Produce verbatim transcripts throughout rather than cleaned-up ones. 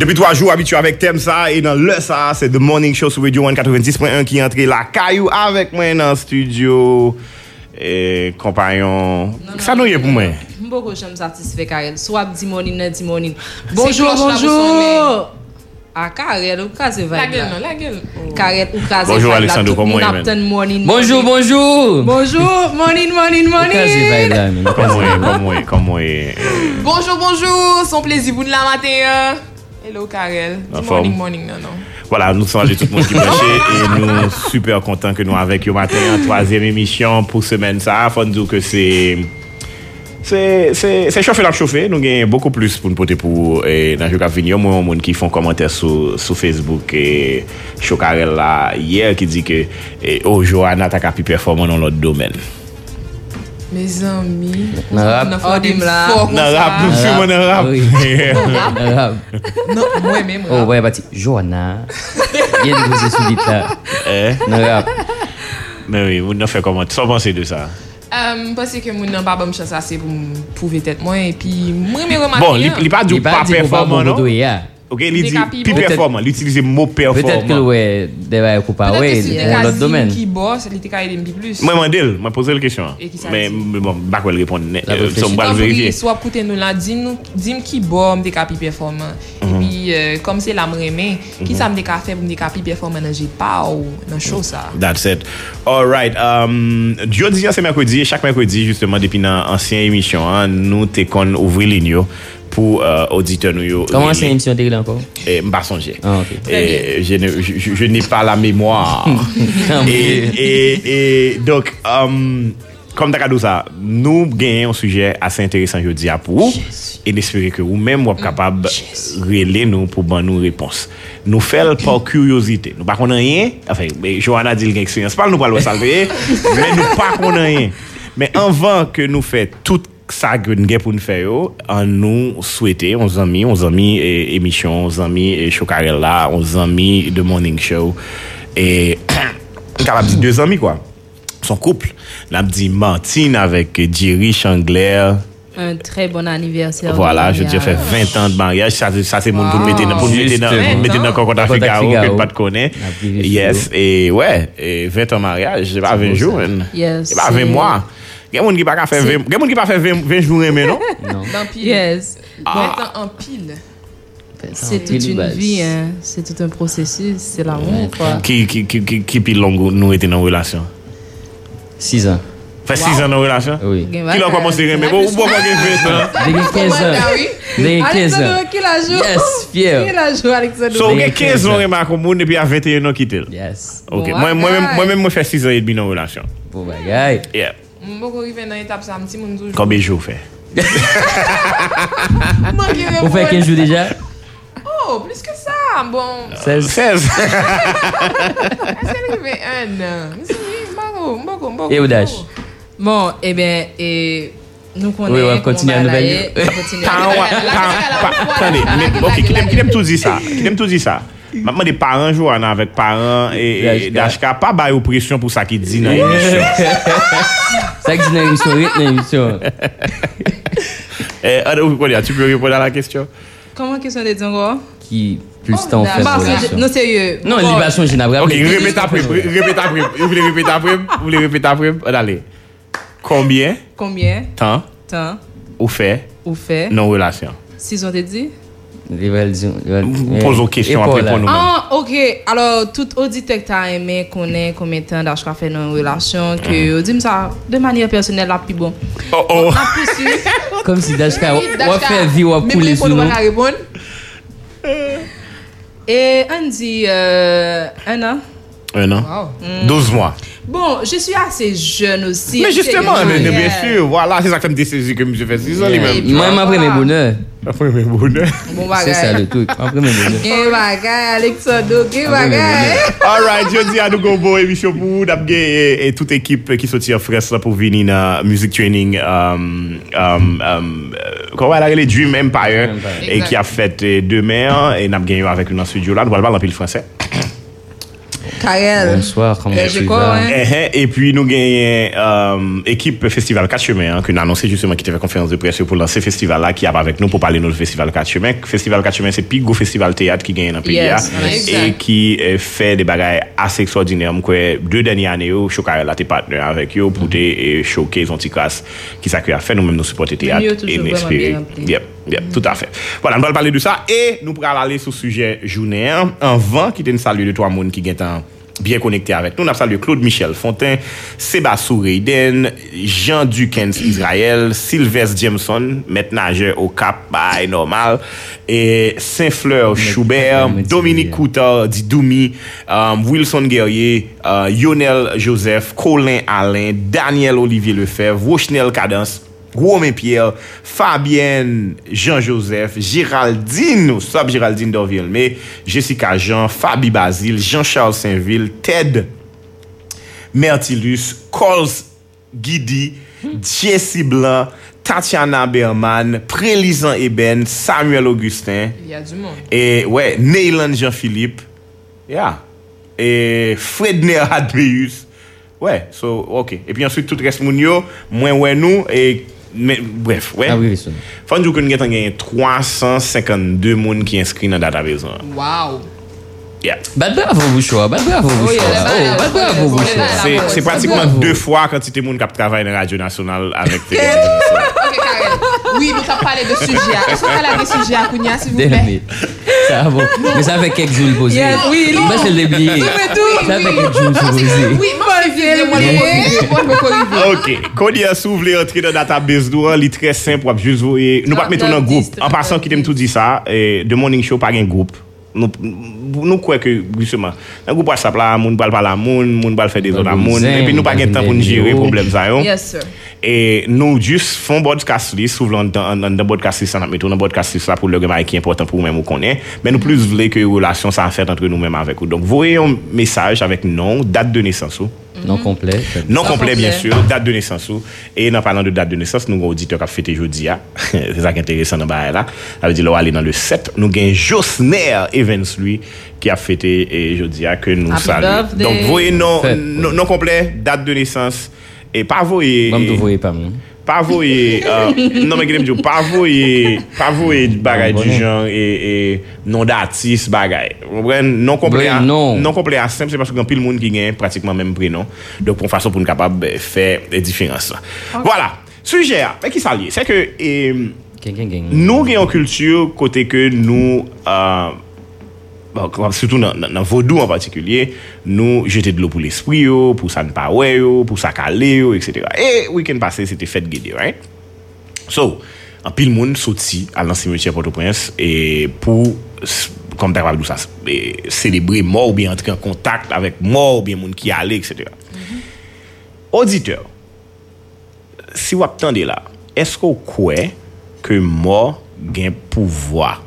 Depuis trois jours, habitué avec thème ça, et dans le ça, c'est The Morning Show sur Radio one quatre-vingt-dix point un qui est entré la caillou avec moi dans le studio. Et compagnon, ça nous y est pour moi. Beaucoup j'aime satisfait Karel. Soit dit morning, dit morning. Bonjour, bonjour. Ah, Karel, ou kaze vibe. La gueule, non, la gueule. Karel, ou kaze vibe. Bonjour Alexandre, comment est-ce morning. Bonjour, bonjour. Bonjour, morning, morning, morning. Kaze vibe là, comment est, comment est, comment est. Bonjour, bonjour. Son plaisir vous de la matin. Hello Karel. Dis morning, morning, non, non. Voilà, nous sommes tout le monde qui branché et nous super contents que nous avec vous matin en troisième émission pour semaine ça. Faut nous dire que c'est c'est c'est c'est chauffé la chauffer. Nous gagnons beaucoup plus pour nous porter pour et dans le venir moi monde qui font commentaires sur sur Facebook et Chocarel là hier qui dit que oh Johanna t'a capé performant dans l'autre domaine. Mes amis, on a dit là. On a rap, nous sommes on a rap. Non, moi même. Oh ouais, bah Johanna. Il y a des choses sous vite là. Eh, on a rap. Mais oui, vous n'en faites comment? Sans penser de ça. Euh, parce que mon n'a pas bonne chance assez pour prouver tête moi et puis moi me remarquer. Bon, il pas dit pas performant non. OK, il dit plus performant, l'utiliser mot performant. Peut-être que ouais, devait couper ouais dans l'autre domaine. Qui bosse, il était capable de plus. Moi mandel, m'a posé la question. Mais bon, pas quoi répondre. Son va vérifier. Soit écouter nous là, dis-nous, dis-moi qui bosse, me capable performant. Et puis comme c'est la m'aimer, qui ça me capable faire pour me capable performant dans j'ai pas ou dans chose ça. That's it. All right. Um jeudi c'est mercredi, chaque mercredi justement depuis dans ancienne émission, nous t'es qu'on ouvrir ligne pour euh, auditeurs nous. Comment c'est une émission de encore? Et m'pas songer. Ah, OK. Et je ne je, je, je n'ai pas la mémoire. et, et et donc um, comme t'as dit ça, nous gagnons un sujet assez intéressant jeudi à pour yes. Et d'espérer que vous même vous êtes capable yes. Relayer nous pour bonne nous réponse. Nous faisons par curiosité. Nous pas connaît rien. Enfin, Johanna dit qu'il expérience pas nous pas le salver, mais nous pas connaît rien. Mais avant que nous fassions tout ça que nous pour nous faire en nous souhaiter aux amis aux amis et émission aux amis et Chocarel là aux amis de Morning Show et capable dire deux amis quoi son couple n'a dit Martine avec Jerry Changler. Un très bon anniversaire. Voilà, je dis fait vingt ans de mariage, ça ça c'est mon pour mettre dans pour mettre dans mettre dans contact avec Figaro que pas de connaît. Yes et ouais, et vingt ans de mariage, c'est pas vingt jours. Yes. C'est pas vingt mois. Il y a des gens qui pas faire vingt, il y a des gens qui pas faire vingt jours mais non. Non. Dans pile. Yes. vingt ans en pile. C'est toute une vie, hein. C'est tout un processus, c'est l'amour quoi. Qui qui qui qui qui plus long nous était dans relation? six ans. Fait six ans dans relation? Oui. Qui l'a commencé mais bon, bon pas vingt ans. Depuis quinze ans. Depuis quinze ans. Qui l'a joué? Yes, fier. Qui l'a joué Alexandre? So, quinze ans remarque au monde et puis à vingt et un ans quitter. Yes. OK. Moi moi même moi même moi fait six ans et demi dans relation. Bon bagaille. Yeah. Beaucoup arrivé dans étape ça petit monde toujours. Combien de jours fait? Vous faites quinze jours déjà? Oh, plus que ça. Bon. seize. seize. Est-ce qu'elle arrive un an? Mais c'est beaucoup, beaucoup, beaucoup. Et Oudash? Bon, eh bien, et nous connaissons. Oui, on continue à nouvelle. Attendez, OK, qui aime qui aime tout dire ça? Qui aime tout dire ça? Maman des parents jouent avec parents et Dashka pas bailler pression pour ça qui dit dans l'émission. Ça qui dit dans l'émission, dans l'émission. Eh, tu peux répondre à la question? Comment question de Django? Qui plus temps fait relation? Non sérieux. Non, libération générale. OK, répète après, répète après. Vous voulez répéter après? Vous voulez répéter après? Allez. Combien? Combien? Temps? Temps. Ou fait? Ou fait? Non relation. Six ans te dit? Pose aux questions après pour nous. Ah, ok. Alors, tout auditeur qui a aimé connaît combien de temps Dashka fait dans une relation, que dis-moi ça de manière personnelle, la plus bon. Oh oh. Comme si Dashka, on fait vivre ou couler sous nous. Et on dit euh, un an. Un an. Wow. douze mois. Bon, je suis assez jeune aussi. Mais justement, mais, mais bien sûr, voilà, c'est ça que je me dis que je fais six ans lui-même. Moi, ma première bonheur. Ma première bonheur. Bon bagage. C'est ça le truc. Ma première bonheur. Quel bagage, Alexandre, quel bagage. All right, je dis à nous go bon émission pour vous d'abgé et toute équipe qui sortit en fraîche pour venir dans music training um um um comment elle a les Dream Empire et qui a fait demain et n'a gagné avec nous dans studio là, nous allons parler en pile français. Karel. Bonsoir, comment Eh, tu je vas? crois, hein. Et puis nous gagnons euh, équipe Festival quatre Chemins hein, que nous a annoncé justement qui était fait conférence de presse pour lancer festival là qui a avec nous pour parler de notre festival quatre Chemins. Festival quatre Chemins c'est le plus gros festival théâtre qui gagne dans le pays Yes, là, exact. et qui euh, fait des bagages assez extraordinaires. Moi deux dernières années yo Chocarel a été partenaire avec eux pour te choquer son petit classe qui ça a fait nous même nous supporter théâtre mieux, et toujours nous vraiment espérer. bien rempli. Yep, yep, tout à fait. Voilà, nous allons parler de ça et nous pourrons aller sur le sujet journée hein. En vent qui te saluer de trois monde qui est en bien connecté avec nous. On a salué Claude Michel Fontaine, Sébastien Reyden, Jean Dukens Israël, Sylvestre Jameson, maître nageur au Cap, bah, normal, et Saint-Fleur Schubert, Dominique Coutard, Didoumi, um, Wilson Guerrier, uh, Lionel Joseph, Colin Alain, Daniel Olivier Lefebvre, Rochnel Cadence, Romain Pierre, Fabienne Jean-Joseph, Géraldine, Sub Géraldine Dorville, mais Jessica Jean, Fabi Basile, Jean-Charles Saint-Ville, Ted Mertilus, Coles Guidi, Jessie Blanc, Tatiana Berman, Prélisan Eben, Samuel Augustin, Il y a du monde. et ouais, Neyland Jean-Philippe, yeah, et Fredner Admeus, ouais, so, ok. Et puis ensuite, tout le reste, moun yo, moins ouais nous, et mais bref, ouais. Ah oui, oui, ça. Faut dire que nous avons trois cent cinquante-deux personnes qui inscrits dans la database. Wow. Yeah. Bad bravo, Bouchoua. Bad bravo, Bouchoua. yeah, Oh, bad bravo, Bouchoua. C'est, c'est pratiquement Bravo. deux fois quantité de monde qui travaille dans la radio nationale avec tes. Ok, Karel. Oui, nous avons parlé de sujet. Est-ce qu'on a des sujets à Kounia, s'il vous Damn plaît? it. Ça va bon. Mais ça fait quelques jours le poser. Yes, oui, Moi, je l'ai oublié. Ça fait quelques jours le poser. Oui, moi, je viens, moi, je me corriger. Ok, quand il y a soufflé entrer dans la database, il est très simple, pour juste voir. Nous pas mettre dans un groupe. En passant, qui t'aime tout dit ça, et de Morning Show, pas un groupe. Nous, nous croyons que, justement, un groupe WhatsApp là, moun parle pas la moun, moun parle faire des autres à moun, et puis nous pas de temps pour nous gérer problème ça, yo. Yes, sir. Et nous juste font podcast list souvent dans dans podcast list ça mettre dans podcast list là pour le gars qui est important pour nous même connaît mais nous plus voulons que relation ça fait entre nous même avec vous donc voyez un message avec nom date de naissance ou Non complet. non complet bien complet. sûr date de naissance ou et en parlant de date de naissance nous avons auditeur qui a fêté jeudi là c'est ça qui est intéressant dans bail là ça veut dire là aller dans le sept nous gagne Josner Evans lui qui a fêté et jeudi là que nous Happy saluons birthday. donc voyez non Fête. non non complet date de naissance et pas voyez Même tu voyez pas moi. pas voyer euh, non mais je dis pas voyer pas voyer bagay du genre et, et nom d'artiste bagay vous comprenez non complet Oui, non. non complet à simple c'est parce que grand pile monde qui gagne pratiquement même prénom donc pour façon pour nous capable de faire des différences voilà sujet mais qui s'allie c'est que et, Gang, gang, gang. nous avons une culture côté que nous euh, bon, surtout dans, dans, dans vaudou en particulier, nous jeter de l'eau pour l'esprit, yo, pour ça ne pas ouais, yo, pour ça caler, yo, et cetera. Et week-end passé, c'était fête guédé, right? So, en pile monde sorti à l'ancien cimetière Port-au-Prince et pour, comme t'as parlé de ça, et célébrer mort ou bien entrer en contact avec mort ou bien monde qui allait, et cetera. Mm-hmm. Auditeur, si vous attendez là, est-ce que vous croyez que mort gain pouvoir?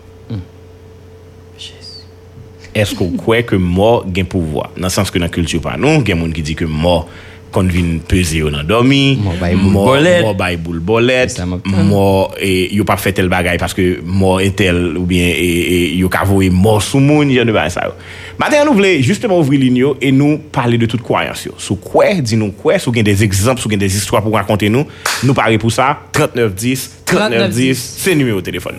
Est-ce que vous croyez que mort gain pouvoir? Dans le sens que dans la culture pas nous, il y a des gens qui disent que mort quand vient peser dans dormi, Mort bail boule mort bolette. mort bail boule bolette, Ça m'a- mort et yo pas fait tel bagaille parce que mort est tel ou bien et et yo ka voyer mort sous monde, il y a de bagaille ça. Maintenant nous voulons justement ouvrir ligne et nous parler de toute croyance. Sous quoi, dis-nous quoi, sous des exemples, sous des histoires pour raconter nous. Nous parler pour ça trente-neuf dix trente-neuf dix c'est numéro de téléphone.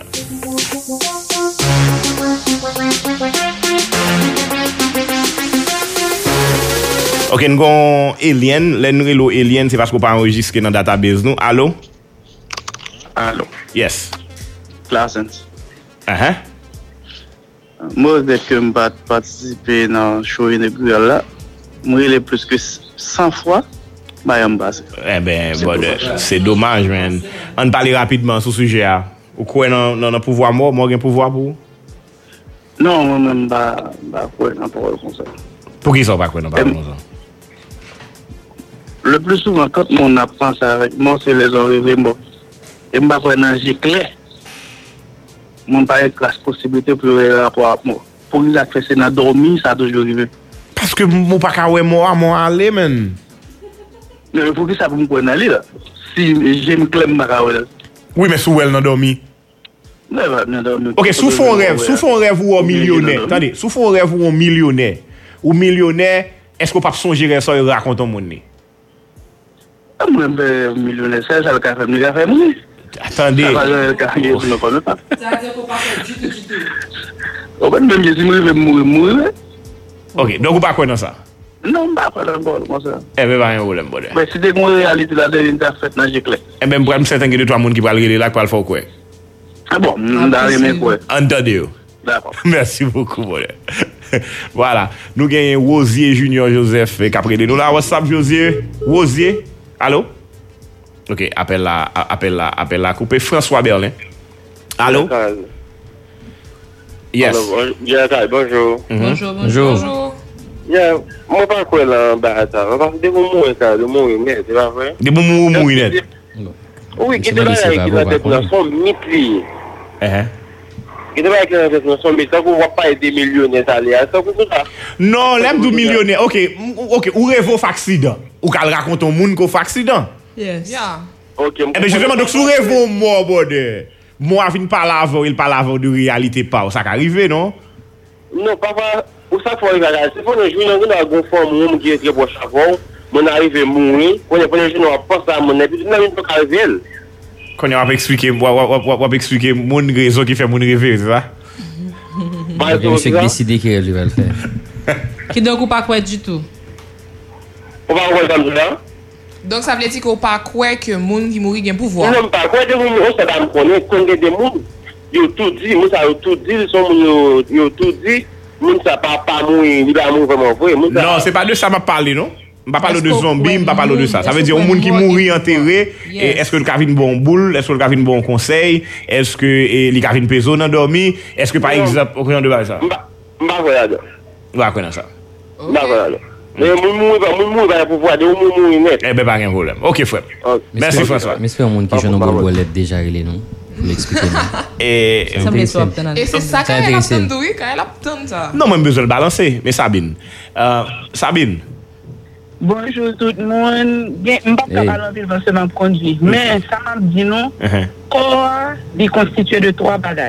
Ok, nous avons Eliane. Le numéro Eliane, c'est parce qu'on pas enregistré dans la database. Nous. Allô? Allô, Yes. Clarence. Uh-huh. Moi, dès que je participé dans le show inaugural là, moi, il est plus que cent fois, bah, je me base. Eh ben, C'est bon, dommage. c'est dommage, man. On parle rapidement sur ce sujet. Hein. Ou quoi, dans le pouvoir mort, moi, j'ai pouvoir pour vous? Non, moi-même, bah, bah, quoi, n'importe quoi comme ça. Pour qui ça, pas quoi, non, pas Euh, comme ça? Le plus souvent, quand on a pensé avec moi, c'est les oreilles morts. Et je ne sais pas dans j'ai clair. Mon pas une classe possibilité pour le rapport avec moi. Pour qu'ils aient fait c'est dans dormir, ça a toujours arrivé. Parce que mon pas qu'à ouais, moi, moi, aller, man. Mais pour qui ça pour me connaître aller là? Si j'aime clair, je ne sais pas. Oui, mais sous elle, n'a dormi. Ok, sous fond rêve, sous fond rêve ou un millionnaire. Attendez, sous fond rêve ou un millionnaire. Ou millionnaire est-ce qu'on peut songer ça et raconter au monde? Moi, millionnaire, c'est ça le café, le café, moi. Attendez. Ça va, le café, je ne connais pas. Ça veut dire qu'on pas faire du tout, du tout. Oh, ben, même si je vais mourir, mourir. Ok, donc vous pas quoi dans ça? Non, pas quoi dans bon, moi ça. Eh ben, pas un problème, bon. Mais si c'est une réalité là, c'est une affaire dans le clé. Eh ben, pour me certain que deux trois monde qui parlent là, qui parlent fort quoi. Ah bon, on a rien quoi. Entendez. D'accord. Merci beaucoup, bon. Voilà, nous gagnons Rosier Junior Joseph qui a pris de nous là. WhatsApp Josier. Rosier. Allô? Ok, appelle là, appelle là, appelle là. Coupé François Berlin. Allô? Yes. Yeah, bonjour. Mm-hmm. Bonjour, Bonjour. Bonjour. Yeah, moi pas quoi là en bas ça. Parce que vous mourrez ça, le mourir net, c'est pas vrai? Des bons mots mourir net. Oui, qui devrait avec la tête dans son mythe li. Eh. Qui devrait avec la tête dans son mythe, ça vous voit pas des millionnaires aller à ça vous ça. Non, l'aime du millionnaire. OK, OK, ou rêve au accident. Ou qu'elle raconte au monde qu'on fait accident. Yes. Yeah. OK. Eh ben justement donc sous rêve au mort bordel. Moi vinn parler avant, il parle avant de réalité pas, ça qu'arriver non? Non, papa, pour ça faut arriver là. C'est pour nous jouer dans une bonne forme qui est très proche avant. Mon arrivé mourir, on est pour les gens on pense à mon et puis nous n'avons pas arriver. Quand on va expliquer, on va expliquer mon raison qui fait mon rêver, c'est ça? Il y a monsieur qui décide qu'il va le faire. Qui donc ou pas quoi du tout? On va voir comme ça. Donc ça veut dire qu'on pas croire que moun qui mourit gen pouvoir. Non, pas quoi de moun, on ça va me connaître quand des moun. Yo tout dit, moi ça tout dit, ils sont yo yo tout dit, moun ça pas pas mourir, il va mourir vraiment vrai. Non, c'est pas de ça m'a parlé non? On va parler de zombies, on va parler de ça. Ça veut dire un monde qui mourit enterré, est-ce que le cavine bon boule, est-ce que le cavine bon conseil, est-ce que les cavine peso dans dormi, est-ce que par exemple, au courant de ça? M'ba voilà. On va connaître ça. M'ba voilà. Mais moun mourir pas, moun mourir pas pouvoir de moun mourir net. Eh ben pas de problème. OK frère. Merci François. Mais c'est un monde qui joue dans bolette déjà il est non. Pour l'expliquer. Et Ça me laisse Et c'est ça qu'elle a entendu, qu'elle a entendu ça. non, moi besoin de balancer, mais Sabine. Euh, Sabine. Bonjour tout le monde. Bien, je ne peux pas balancer parce que je conduis. Mais ça m'a dit non. Le corps est constitué de trois bagages.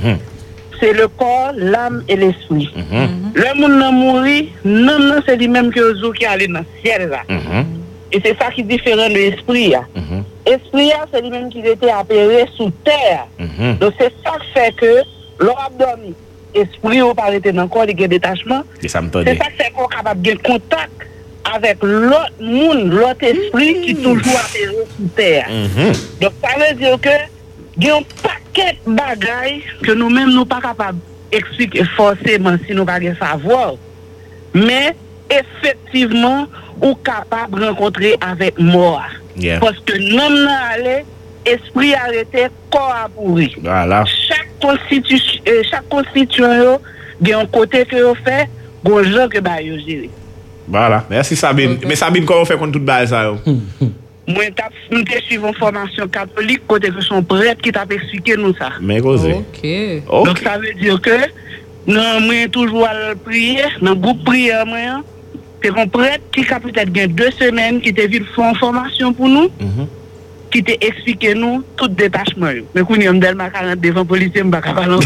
C'est le corps, l'âme et l'esprit. Le monde n'a mouru, non, non, c'est lui-même que le qui allait dans le ciel. Là. Et c'est ça qui est différent de l'esprit. L'esprit, c'est lui-même qui était appelé sous terre. Donc c'est ça qui fait que l'on a dormi. L'esprit, on parle dans le corps, il y a détachement. C'est ça qui fait qu'on est capable de contact avec l'autre monde, l'autre esprit qui est toujours appelé sous terre. Donc ça veut dire que il y a un paquet de bagailles que nous-mêmes nous pas capables d'expliquer forcément si nous pas de savoir. Mais effectivement, ou capable de rencontrer avec mort. Yeah. Parce que l'homme n'a allé, esprit arrêté, corps a pourri. Voilà. Chaque constitution, euh, chaque constitution, il y a un côté que vous fait, bon gens que bah yo gérer. Voilà. Merci Sabine. Okay. Mais Sabine, comment on fait contre toute balle ça yo? Moi, je suis en formation catholique, côté que son prêtre qui t'a expliqué nous ça. Mais causé. Okay. ok. Donc ça veut dire que non, moi toujours à prier, dans le groupe prière moi, c'est un prêtre qui a peut-être bien deux semaines qui t'a vu faire une formation pour nous, mm-hmm. qui t'a expliqué nous tout détachement. Mais quand on a ma quarante devant policier, je ne vais pas balancer.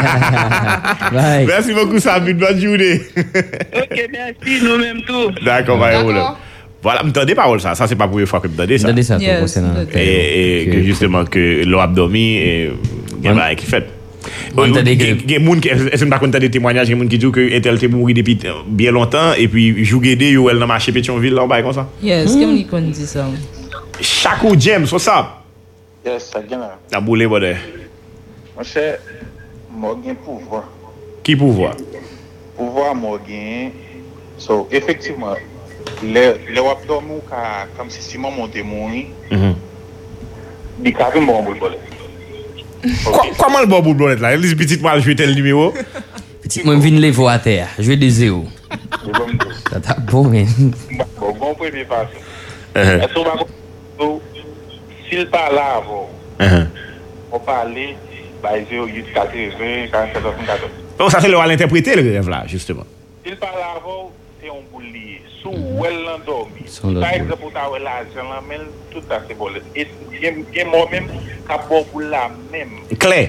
Merci beaucoup Sabine, bonne journée. Ok, merci, nous-mêmes tout. D'accord, voilà. Voilà, je m'entendais pas ça. Ça, c'est pas la première fois que je m'entendais ça. ça yes, et, et que justement, que l'on a dormi et il y a un qui fait. Il y a des gens qui, est-ce que tu as des témoignages, il y a des gens qui disent que Intel était mort depuis bien longtemps et puis joue guédé, il y a dans le marché Pétionville, là-bas, comme ça. Yes, comme il dit ça. Chaque ou James, c'est ça? Yes, ça vient là. La boule, bonne. Mon cher, moi, j'ai pouvoir. Qui pouvoir? Pouvoir, moi, j'ai. So, effectivement, le le wap dormi comme si si maman était mourir. Mhm. Il a un bon boule bolette. Comment le bon boule bolette là? Les petites moi je vais tel numéro. Petit moi viens lever à terre. Je vais de zéro. Ça t'a bon mais. Bon bon premier passe. Est-ce qu'on va s'il parle avant. On parler bah zéro quatre-vingts quarante-sept soixante-quatorze. Donc ça c'est le à l'interpréter le rêve là justement. S'il parle avant c'est un boule lié. Sous elle l'endormi. Par exemple, tu as l'argent là même tout ça c'est bon. Et et moi même à bon pour la même. Claire.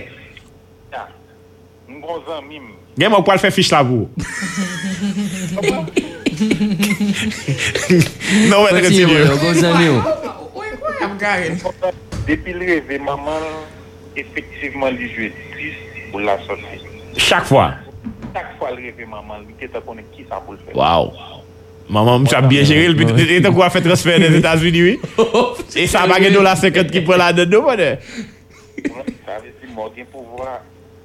Un bon ami. Gagne moi pour faire fiche là vous. Non, mais continue. Depuis le réveil, maman, effectivement, il joue triste pour la sortie. Chaque fois. Chaque fois, le réveil, maman, il était connaît qui ça pour le faire. Waouh. Maman, je suis bien géré. Il était quoi fait transfert des États-Unis, oui? Et ça va gagner la cinquante qui prend là-dedans, moi. Ça veut dire, moi, j'ai pouvoir.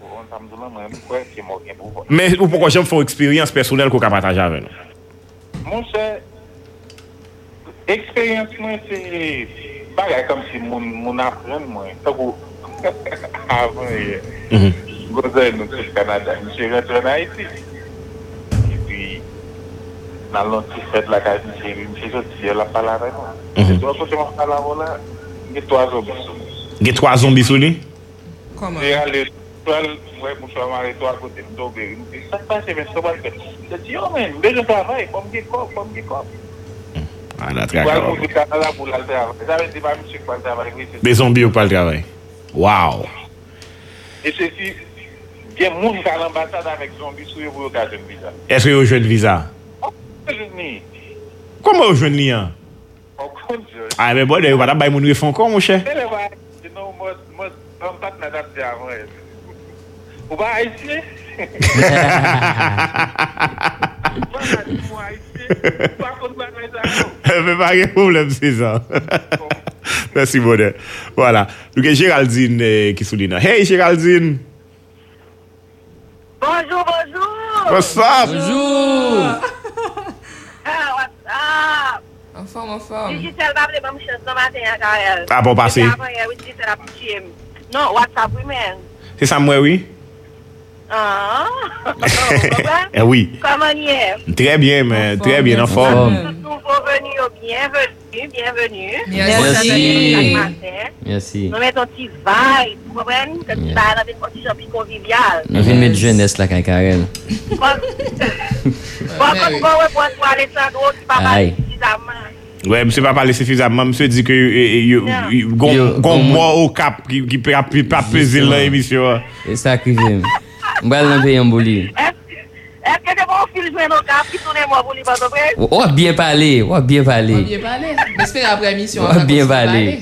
Mais pourquoi j'aime faire expérience personnelle qu'on peut partager avec nous? Mon cher, expérience, moi, c'est. Bagay comme si mon mon apprend moi avant hier gozer nous au Canada je suis rentré en Haïti et puis dans l'autre fête la case c'est c'est sorti la parole c'est toi que tu m'as parlé là il y a trois zombies il y a trois zombies sur lui comment et allez toi ouais mon soeur mari toi côté tomber ça passe mais ça va faire c'est dit oh mais je travaille comme des corps comme des corps. Ah, la traque. Des zombies ou pas le travail. Waouh. Et ceci, il y a des gens qui ont l'ambassade avec zombies sur le occasion de visa. Est-ce que vous jouez le visa? Comment vous jouez le lien? Ah, mais bon, vous ne pas mon refond encore, mon cher. Non, moi, moi, je ne pas m'adapter avant. Vous ne pas haïtien? Mais pas de problème, c'est ça. Merci, bonheur. Voilà. Donc, Géraldine euh, qui souligne. Hey, Géraldine. Bonjour, bonjour. What's up? Bonjour. Ah, what's up? En forme, en forme. Digital va appeler ma chance ce matin à Karel. Ah, bon, passé. Non, WhatsApp, oui, mais. C'est ça, moi, oui? Ah, eh oui. Comment y est? Très bien, mais très bien, en forme. Nouveau venu, bienvenue, bienvenue. Merci. Merci. Merci. Nous mettons un petit vibe, vous comprenez? Que tu parles avec un petit champion convivial. Nous venons mettre jeunesse là, quand Karel. Bon, quand vous voyez pour Alessandro, qui va parler suffisamment. Ouais, monsieur va parler suffisamment. Monsieur dit que il gon moi au cap qui qui peut pas peser dans l'émission. C'est ça qui vient. M'bral nan payer un boli. Est-ce que c'est bon fil jouer nos cap qui tourne moi pour les pas vrai? Oh bien parler, oh bien parler. Bien parler. J'espère après l'émission. Oh bien parler.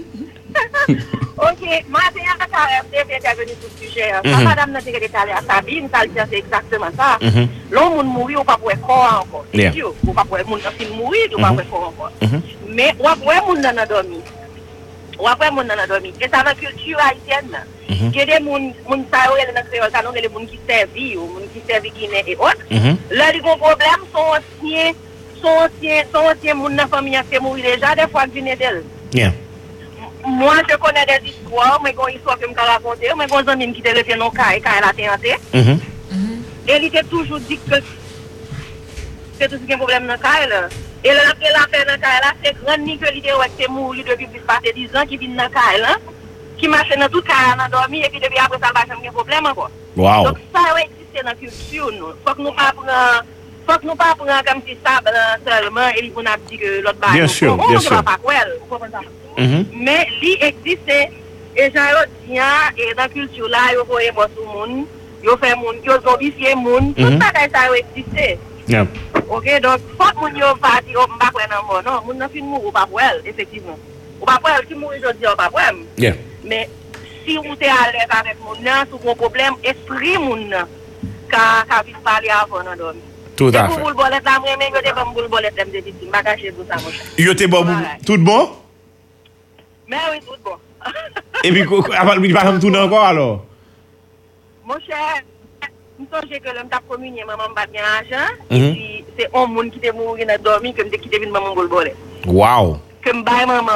OK, matin à Karel, c'est bien intervenir sur le sujet. Madame n'a dit que détaillé à Sabine, ça c'est exactement ça. L'homme moun mourir ou pas pour corps encore. Sûr, ou pas pour moun film mourir, ou pas pour corps encore. Mais ou après moun nan dormi. Ou après moun nan dormi. Et ça la culture haïtienne. Que des moun moun sa yo dans créole ça non les moun qui servi ou moun qui servi Guinée et autres. Là ils ont problème sont anciens sont anciens sont anciens moun dans famille qui mourir déjà des fois Guinée d'elle. Yeah. Moi je connais des histoires mais une histoire que me raconter mais gon ami qui te levé non caille quand elle a tenté. Mhm. Et il était toujours dit que c'est tout ce qui est problème dans caille là. Et là que la fait dans caille là c'est grand ni que l'idée ouais c'est mourir depuis plus passer dix ans qui vient dans caille là. Qui marche dans tout cas dans dormi et puis depuis après ça va jamais problème encore. Wow. Donc ça va exister dans la culture nous. Faut que nous pas prendre faut que nous pas prendre comme si ça seulement et on a dit que l'autre bail. Bien sûr, bien sûr. Pas quoi, vous comprenez ça. Mais il existe et j'en dis et dans la culture là, il faut aimer tout le monde, il faut faire monde, il faut zombifier monde, tout ça ça va exister. Yeah. OK, donc faut que nous pas dire on pas quoi non non, monde n'a fin mourir pas pour elle effectivement. On va pas si mourir aujourd'hui on pas problème. Yeah. Mais si vous êtes à l'aise avec mon nom, si vous avez un problème, esprit mon nom, car ça vient parler avant de dormir. Tout à fait. Si vous voulez bolette là, moi, je vais vous boule bolette, je vais vous dire, je vais vous ça, mon cher. Yo te bon, tout bon? Mais oui, tout bon. Et puis, il va me tourner encore alors? Mon cher, je me songe que l'homme t'a communié, maman m'a bien l'argent, et puis c'est un monde qui est mort, qui est dormi, comme qui est venu maman boule bolette. Wow. Que me baille maman.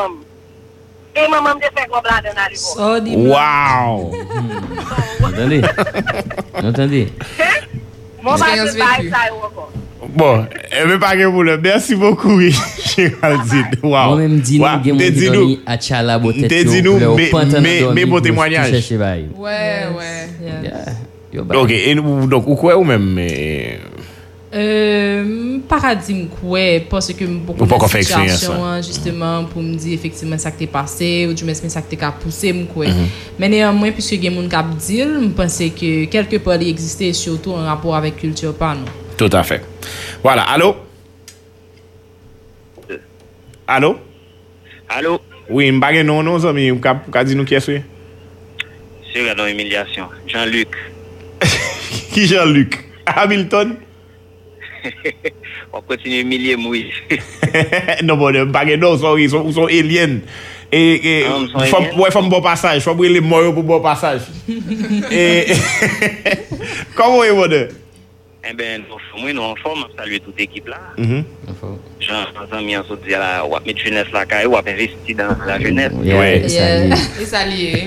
Et maman me fait quoi là dans la wow. Attendez. Attendez. Mon mari baille ça encore. Bon, elle veut pas que vous le. Merci beaucoup, Géraldine. Wow. Moi-même, dis-nous, dis-nous, à Tchala, beauté. Dis-nous, mais bon témoignage. Ouais, ouais. Ok, et donc, ou quoi ou même. Euh, paradigme quoi parce que beaucoup de situations justement pour me dire effectivement ça qui est passé ou du moins ça qui a poussé me quoi mais néanmoins puisque il y a monde qui dire je pense que quelque part il existait surtout en rapport avec culture pas nous tout à fait voilà allô Allô? Allô? Oui, m'bagé non, non, zami, m'ka di nou qui est-ce? C'est la humiliation. Jean-Luc. Qui Jean-Luc? Hamilton? On continue à humilier Moïse. Non, bon, m'bagé non, sorry, sont sont aliens. Et, et non, faut ouais, faut bon passage, faut brûler mort pour bon passage. Et comment est votre? Eh ben, nous, nous en forme, saluer toute l'équipe là. Mhm. Jean, amis, on se dit là, on va mettre jeunesse là, on va investir dans la jeunesse. Ouais. Et s'allier.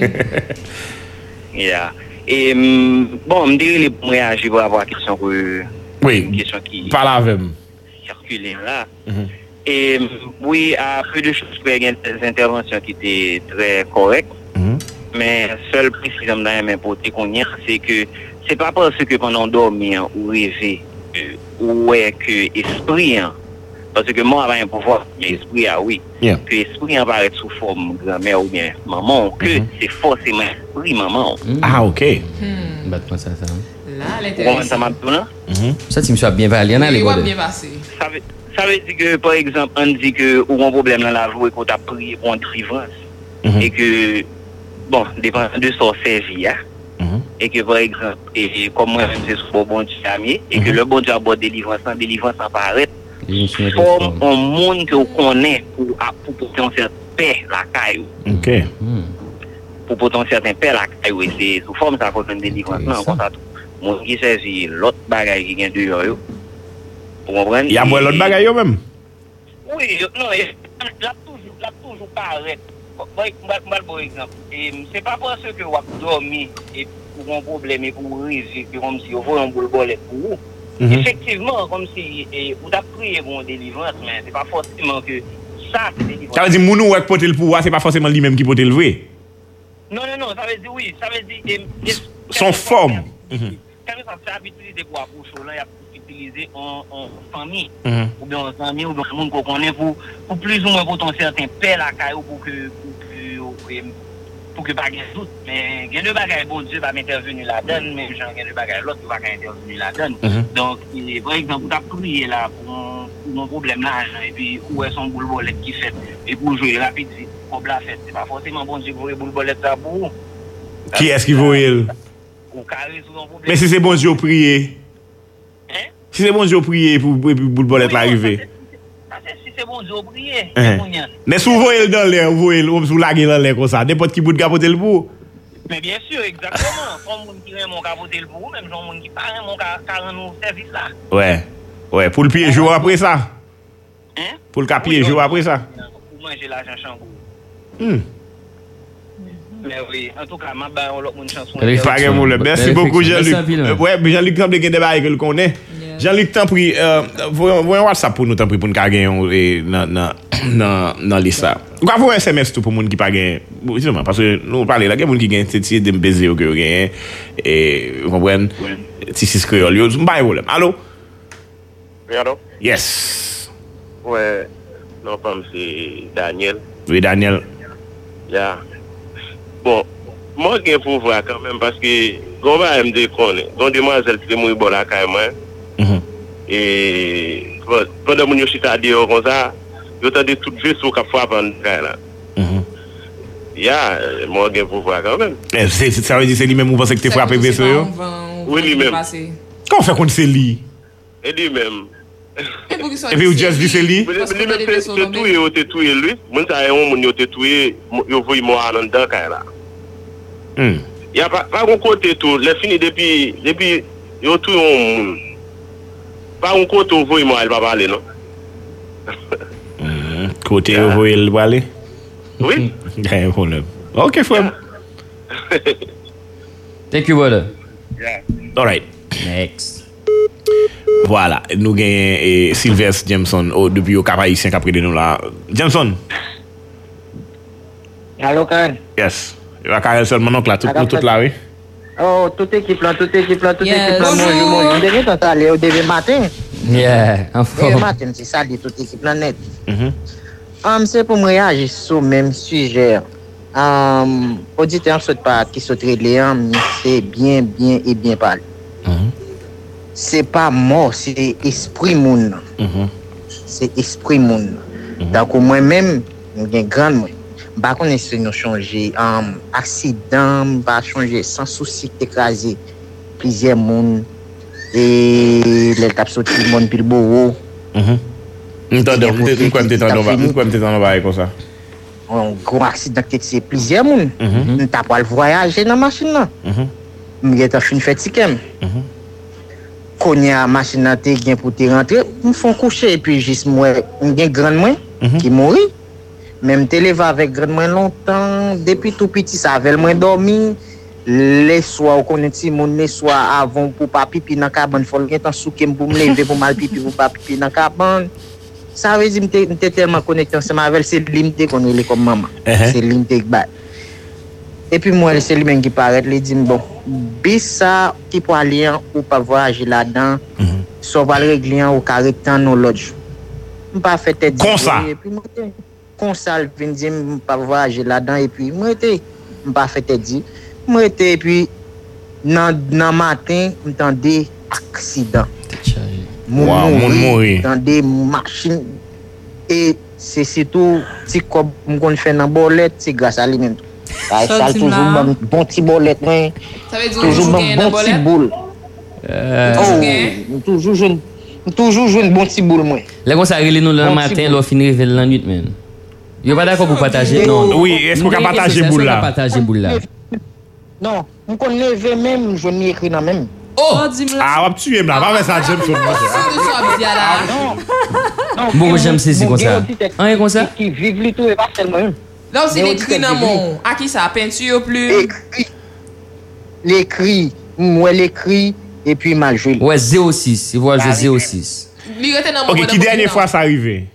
Yeah. Et bon, me dire les bons réagir pour avoir une question que oui. Une question qui parle avec moi. Circuler là. Mm-hmm. Et oui, à peu de choses, il y a des interventions qui étaient très correctes. Mm-hmm. Mais seul précisément dans les importés qu'on y a, c'est que c'est pas parce que pendant dormir ou rêver euh, ou est que esprit, hein, parce que moi, avant un pouvoir, l'esprit, ah oui, yeah. Que l'esprit apparaît sous forme grand-mère ou bien maman, que mm-hmm. C'est forcément esprit, maman. Mm-hmm. Ah, ok. Hmm. Bah, ça, ça. Là, l'intéressant. Ça m'a dit, là? Ça, tu me suis bien parlé, il y en a les gars. bien passé. Ça veut, ça veut dire que, par exemple, on dit que ou un problème dans la joue et qu'on t'a prié pour une délivrance. Mm-hmm. Et que, bon, dépend de son service, hein. Mm-hmm. Et que, par exemple, et, comme moi-même, c'est sur le bon Dieu ami, et mm-hmm. Que le bon Dieu a beau délivrance, sans délivrance apparaît, forme un monde que vous connaissez pour, pour porter un certain paix la caillou. Ok. Mm. Pour porter un certain paix la caillou, et c'est sous forme ça qu'on a une délivrance. Non, comme ça, tout. Mon qui saisit l'autre bagaille qui vient dehors, yo. Pour comprendre? Il y a moins l'autre bagaille même? Oui, non, là toujours, là toujours pareil. Par exemple, c'est pas parce que vous avez dormi et pour un problème et pour rêver, comme si vous voulez un boule bolette pour vous. Mm-hmm. Effectivement, comme si vous avez prié pour une délivrance, mais c'est pas forcément que ça, c'est délivrance. Ça veut dire que nous, qui porte le pouvoir, c'est pas forcément lui-même qui porte le vrai? Non, non, non, ça veut dire oui, ça veut dire. Et, et, son forme. Quand ça fait utiliser pour approcher, là, il y a utiliser en, en famille, mm-hmm. Ou bien en famille, ou bien en monde qu'on connaît pour, pour plus ou moins pour ton certain paix la caillou pour que pour que pour que pas de doute. Mais il y a deux bagages, bon Dieu va m'intervenir là-dedans, mais il y a deux bagages, l'autre va intervenir là-dedans. Mm-hmm. Donc, par exemple, tu as prié là pour mon problème là, et puis où est son boule bolette qui fait, et pour jouer rapide, comme la fête. C'est pas forcément bon Dieu pour le boule bolette là pour vous. Qui est-ce qui voit il? Mais si c'est bon Dieu prier. Hein? Si c'est bon Dieu prier pour pour boule bolette l'arriver. Si c'est bon Dieu prier. Mais souvent il dans l'air, vous voyez, vous laguez dans l'air comme ça, n'importe qui bout de capoter le bout. Mais bien sûr, exactement. Comme monde qui aime mon capoter le bout, même genre monde qui parle mon carré nous service là. Ouais. Ouais, pour le pied jour après ça. Hein? Pour le capier jour après ça. Pour manger l'argent chambour. Hmm. Mais oui, en tout cas, ma ba on l'autre monde chanson. Merci beaucoup Jean-Luc. Ouais, Jean-Luc Temple qui débat que le connaît. Jean-Luc Temple euh voyons WhatsApp pour nous Temple pour nous gagner dans dans dans dans lista. Ou ka voyer S M S tout pour monde qui pas gagner. Justement parce que nous parler là, il y a monde qui gagne c'est de baiser que gagne et vous comprenez si c'est créole yo pas problème. Allô? Oui, allô? Yes. Ouais. Non, comme c'est Daniel. Oui, Daniel. Yeah. Bon, moi je pour voir quand même parce que on va me dire qu'on est. Donc demoiselle qui est muy bon là quand même. Mhm. Et pendant mon chita à dire comme ça, je t'ai tout vaisseau qu'a frappe en là. Mhm. Yeah, moi je pour voir quand même. C'est ça veut dire c'est lui même ou pense que tu frappé vaisseau yo? Oui, lui même. Comment fait qu'on c'est lui? Et lui même. Et puis vous juste dit c'est lui? C'est tout et c'est tout lui. Moi ça est on mon tout et yo voy moi en dedans quand là. Hmm. Il y a pas pas un côté tout, les fini depuis depuis yo tout on pas un côté où voy moi elle va parler non. Hmm, côté où voy elle parler? Oui. Pas problème. OK frère. Thank you brother. Yeah. All right. Next. Voilà, nous gagnons Sylvestre Jameson oh, depuis au Cap Haïtien qui a pris de nous là. Jameson. Allô, Karen? Yes. Il va carrer seulement donc là, tout, tout là, oui. Oh, toute équipe là, toute équipe là, toute yes. équipe là, bonjour, bonjour. On devait t'en aller au début matin. Yeah, en forme. Début matin, c'est ça, dit toute équipe là net. Mm-hmm. Um, c'est pour me réagir sur le même sujet. Um, auditeur saute pas qui saute les hommes, c'est bien, bien et bien parlé. Mm-hmm. C'est pas mort, c'est esprit moun. Mm-hmm. C'est esprit moun. Donc moi-même, j'ai grand moi. Par contre, si nous changer um, accident, va changer sans souci d'écraser plusieurs monde et les cap sorti monde pile beau. Mhm. Entendons, nous quoi me t'entendre, nous quoi me t'entendre comme ça. Un gros accident qui c'est plusieurs monde. On t'a pas le voyager dans machine là. Mhm. M'geta fin fatigué. Mhm. Konya machine là te gen pour te rentrer, me font coucher et puis juste moi, gen grand moi qui mourit. Même te lever avec grand moins longtemps depuis tout petit ça avait moins dormi les soirs on connaît ti mon les soirs avant pour pas pipi dans cabane faut le temps souké pour me lever pour mal pipi pour pas pipi dans cabane ça veut dire me tellement connecté ensemble avec c'est limité qu'on est comme maman c'est limité ba et puis moi c'est lui même qui paraît lui dit bon bisa qui pour aller ou pas voyager là-dedans soit va le régler au carré temps non lodge pas fait tête comme ça comme ça vinn dire pas voyager là-dedans et puis moi était pas fait tête dit moi était et puis dans dans matin m'entendais accident wow mon mourir dans des machines et c'est surtout si comme on fait dans bolette c'est grâce à lui même ça ça toujours bon bon petit bolette moi ça veut dire toujours bon petit boule euh toujours jeune toujours jeune bon petit boule moi là comme ça relé nous le matin l'on finit réveiller la nuit même yo pas d'accord pour partager non oui est-ce qu'on peut partager boule là partager boule là non on connaît lever même je n'y écrit dans même oh ah on tuer là pas faire ça j'aime sur moi non bon j'aime saisir comme ça hein comme ça qui vivent lui tout et pas seulement là c'est l'écrit dans mon à qui ça peinture plus écrit l'écrit moi l'écrit et puis mal joué ouais zéro six il voit zéro six OK qui dernière fois ça arrivé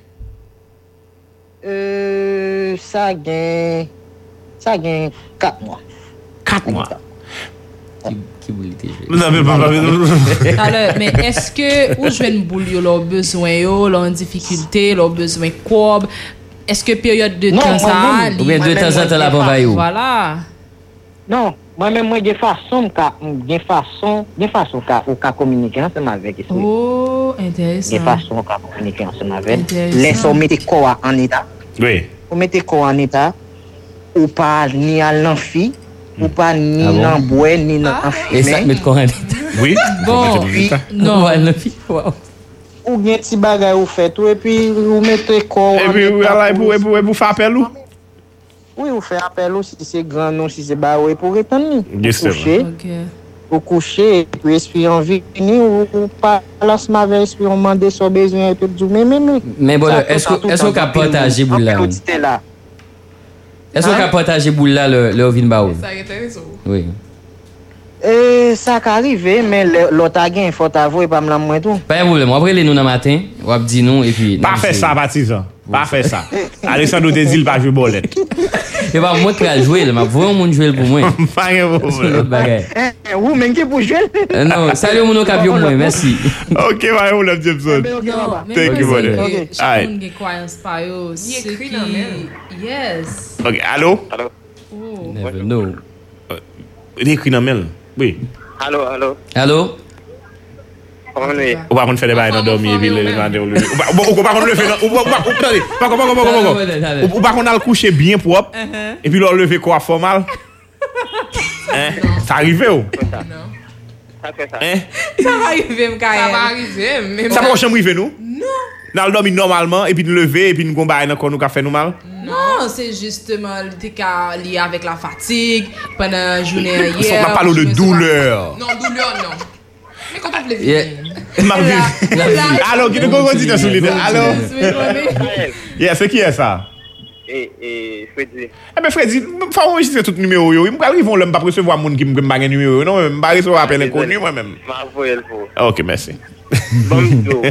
euh ça gagne ça gagne quatre mois quatre mois qui qui voulait non mais pas alors mais est-ce que ou jeune boule yo leur besoin yo leur difficulté leur besoin quoi est-ce que période de temps ça ou bien de temps en temps la va yo voilà non moi même moi de façon ka de façon de façon ka ou ka communiquer ensemble avec ici oh intéressant de façon ka communiquer ensemble avec laisse mettre corps en état oui on mettre corps en état ou pas ni à l'enfi ou pas ni dans bois ni dans enfi et ça mettre corps en état oui bon non l'enfi ou bien petit bagay ou fait tout et puis ou mettez corps et puis ou là pour pour pour faire appel ou oui ou faire appel ou si c'est grand non si c'est bas ou pour répondre coucher OK ou coucher et puis esprit en venir ou pas lancement avec esprit on demander son besoin et tout mais mais mais bon est-ce que est-ce qu'on peut partager boule là est-ce qu'on peut partager boule là le le vin ba ou ça intéressant oui et ça qu'arrive mais l'autre gain faut avouer pas me la moi tout pas problème après les nous dans matin ou dit nous et puis pas faire ça partisan pas faire ça Alexandre te dit pas jouer bolette et pas moi qui a jouer m'a voir mon jouer pour moi pas problème ou même qui pour jouer non salut mon capio moi merci OK va on l'a Jameson thank you brother all right croyance pa yo c'est qui yes OK allô allô oh never know écrit dans mail oui allô allô allô on est ou pas qu'on fait des bails dans dormir et puis le demander ou pas qu'on le fait ou pas pas pas pas ou pas qu'on a le coucher bien propre et puis le lever quoi formal hein ça arrive ou non ça fait ça hein ça va arriver me ça va arriver mais ça va chambre arriver nous non dans le dormir normalement et puis nous lever et puis nous combat dans nous fait nous mal non c'est justement le lié avec la fatigue pendant la journée hier on parle de douleur non douleur non mais quand on veut alors qui nous continue sur l'idée alors yeah c'est qui est ça et et Freddy eh ben Freddy faut enregistrer tout numéro yo il me arrive on l'aime pas recevoir monde qui me bague numéro non me pas recevoir appel inconnu moi même m'a envoyé le pour OK merci bon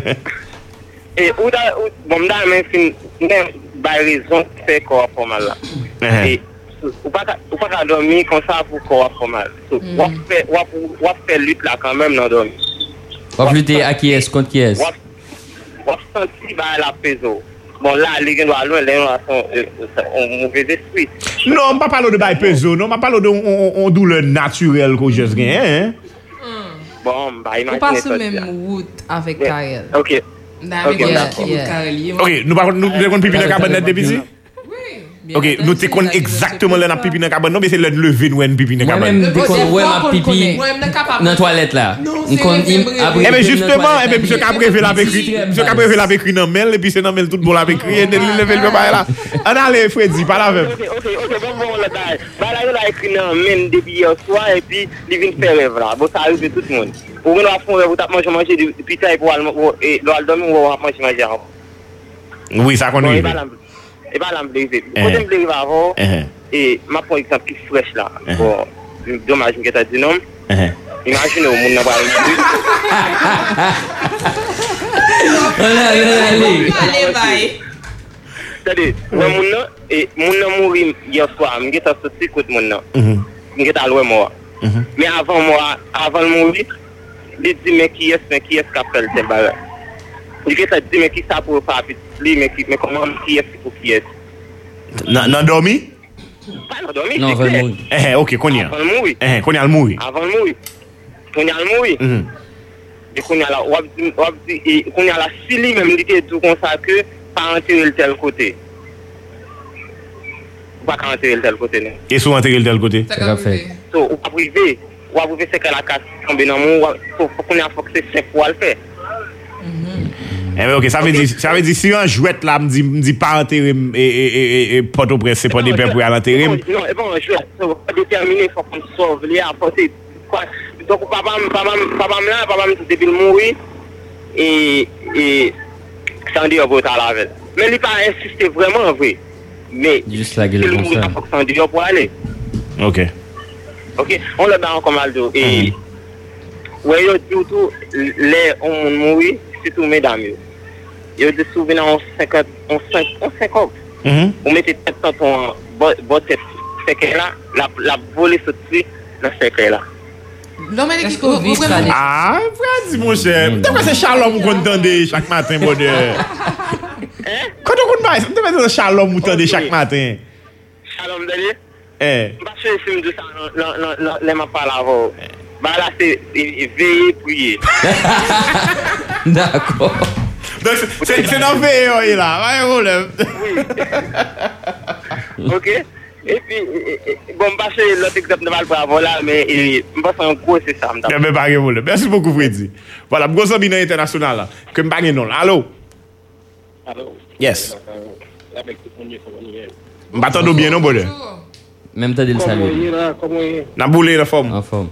et ou da bon da même fin même ba raison fait corps formal là et ou pas ou pas dormir comme ça pour corps formal ou fait ou fait lutte là quand même dans dormir ou lutter à qui est contre qui est ou senti ba la peso bon là les gens doivent loin les sont on mauvais esprit non on pas parler de ba peso non on parle de on douleur naturelle que juste gain hein bon bah imagine pas sur même route avec Kael OK Ok, nous par contre, nous devons pipi dans la cabane depuis ici? Ok, nous te connaissons exactement là dans pipi dans la cabane, non, mais c'est le lever nous en pipi dans la cabane. Moi-même, dès qu'on voit ma pipi dans la toilette là. Eh bien, justement, eh bien, monsieur Cabré l'a écrit, monsieur Cabré l'a écrit dans mail, et puis c'est dans mail tout bon l'a écrit, et il lever le bail là. On allez, Freddy, pas la même. Ok, ok, ok, bon, bon, là, bah là, il a écrit dans mail depuis hier soir, et puis il vient faire rêve là. Bon, ça arrive de tout le monde. Pour nous, à fond, vous tapez manger, manger du pizza, et pour aller dormir, on va manger, manger. Oui, ça connaît. Et pas là, je vais quand je vais avant, et ma prends exemple qui fraîche là. Bon, dommage que tu as dit non. Imagine au monde n'a pas allez, allez, bye. C'est-à-dire, mon monde et mon nom mourir hier soir, je suis sorti côté mon nom. Je suis allé moi. Mais avant moi, avant de mourir, il dit mais qui est mais qui est capable de faire il dit mais qui ça pour pas mais mais comment qui est pour qui est non dormi pas non dormi non vraiment eh OK connait avant mourir eh connait al mourir avant mourir connait al mourir et connait la et connait la fili même dit tout comme ça que pas enterrer tel côté pas enterrer tel côté non et sous enterrer tel côté ça fait so ou pas privé ou vous faire que la casse tomber dans mon faut qu'on a faut que c'est cinq fois le faire. Eh bien, ok, ça veut dire, ça veut dire, si un jouette là me dit, me dit pas enterrer et, et, et, et Port-au-Prince, c'est pas des pères pour aller enterrer. Non, et bon, je vais déterminer, il faut qu'on sauve, il y a apporté. Donc, papa, papa, papa, là, papa, depuis le mourir, et, et, ça en dit, on va à la veille. Mais il n'a pas insisté vraiment, vrai. Mais, juste la gueule comme ça. Il faut que ça en dit, pour aller. Ok. Ok, on l'a dans comme Aldo. Et, ouais, il tout, les, on mourir, c'est tout, mesdames. Il y a des souvenirs en cinquante, en cinquante. On mettait tête dans ton bon tête, c'est là, la la volée sortie dans ce là. Non mais qu'est-ce que vous voulez? Ah, Freddy mon cher, pourquoi c'est Charles vous entendez chaque matin bonheur? Hein? Quand on connaît, c'est pas Charles vous entendez chaque matin. Charles d'aller? Eh. Parce que si me dit ça non non non, les m'a pas là-haut. Bah là c'est veiller prier. D'accord. Donc, c'est c'est dans veille là, pas de problème. Oui. OK. Et puis bon parce que l'autre exemple ne va pas voilà mais je pense en gros c'est ça. Mais pas de problème. Merci beaucoup Freddy. Voilà, gros ami international là, que me pas non. Allô. Allô. Yes. Avec tout le monde. M'attendons bien non bonheur. Même t'as dit le salut. Comment est? Na boulé la forme. En forme.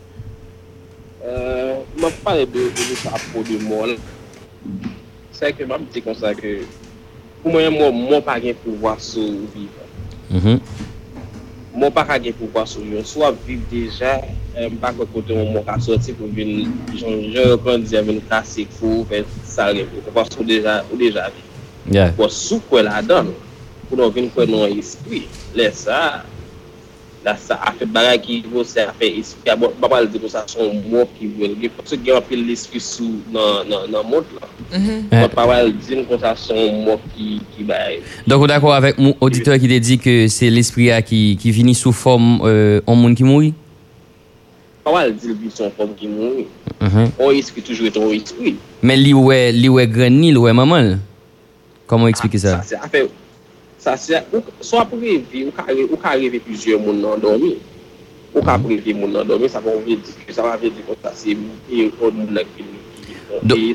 Euh, m'a parlé de de ça pour de moi. C'est que m'a dit comme ça que pour moi moi moi pas gain pouvoir sur vivre. Mhm. Moi pas gain pouvoir sur vivre, soit vivre déjà pas côté on m'a sorti pour venir je prends dire venir casser fou faire ça parce que déjà ou déjà vivre. Yeah. Pour sous quoi la donne pour nous venir quoi non esprit. Laisse ça. Là ça a fait bagarre qui veut ça fait esprit pas pas dire que ça sont mots qui veulent parce que il y a un peu l'esprit sous dans dans dans monde là. Mhm. Pas mal dire que ça sont mots qui qui bail. Donc on est d'accord avec mon auditeur qui te dit que c'est l'esprit qui qui vient sous forme euh en monde qui mourit. Pas mal dire vit sous forme qui mourit. Mhm. On esprit toujours est un esprit. Mais li ouais li ouais grand ni ouais maman. Comment expliquer ça? Ça c'est fait ça c'est soit pour vivre ou carré ou carré plusieurs monde endormi ou carré vivre monde endormi ça va dire que ça va dire que ça c'est et on la qui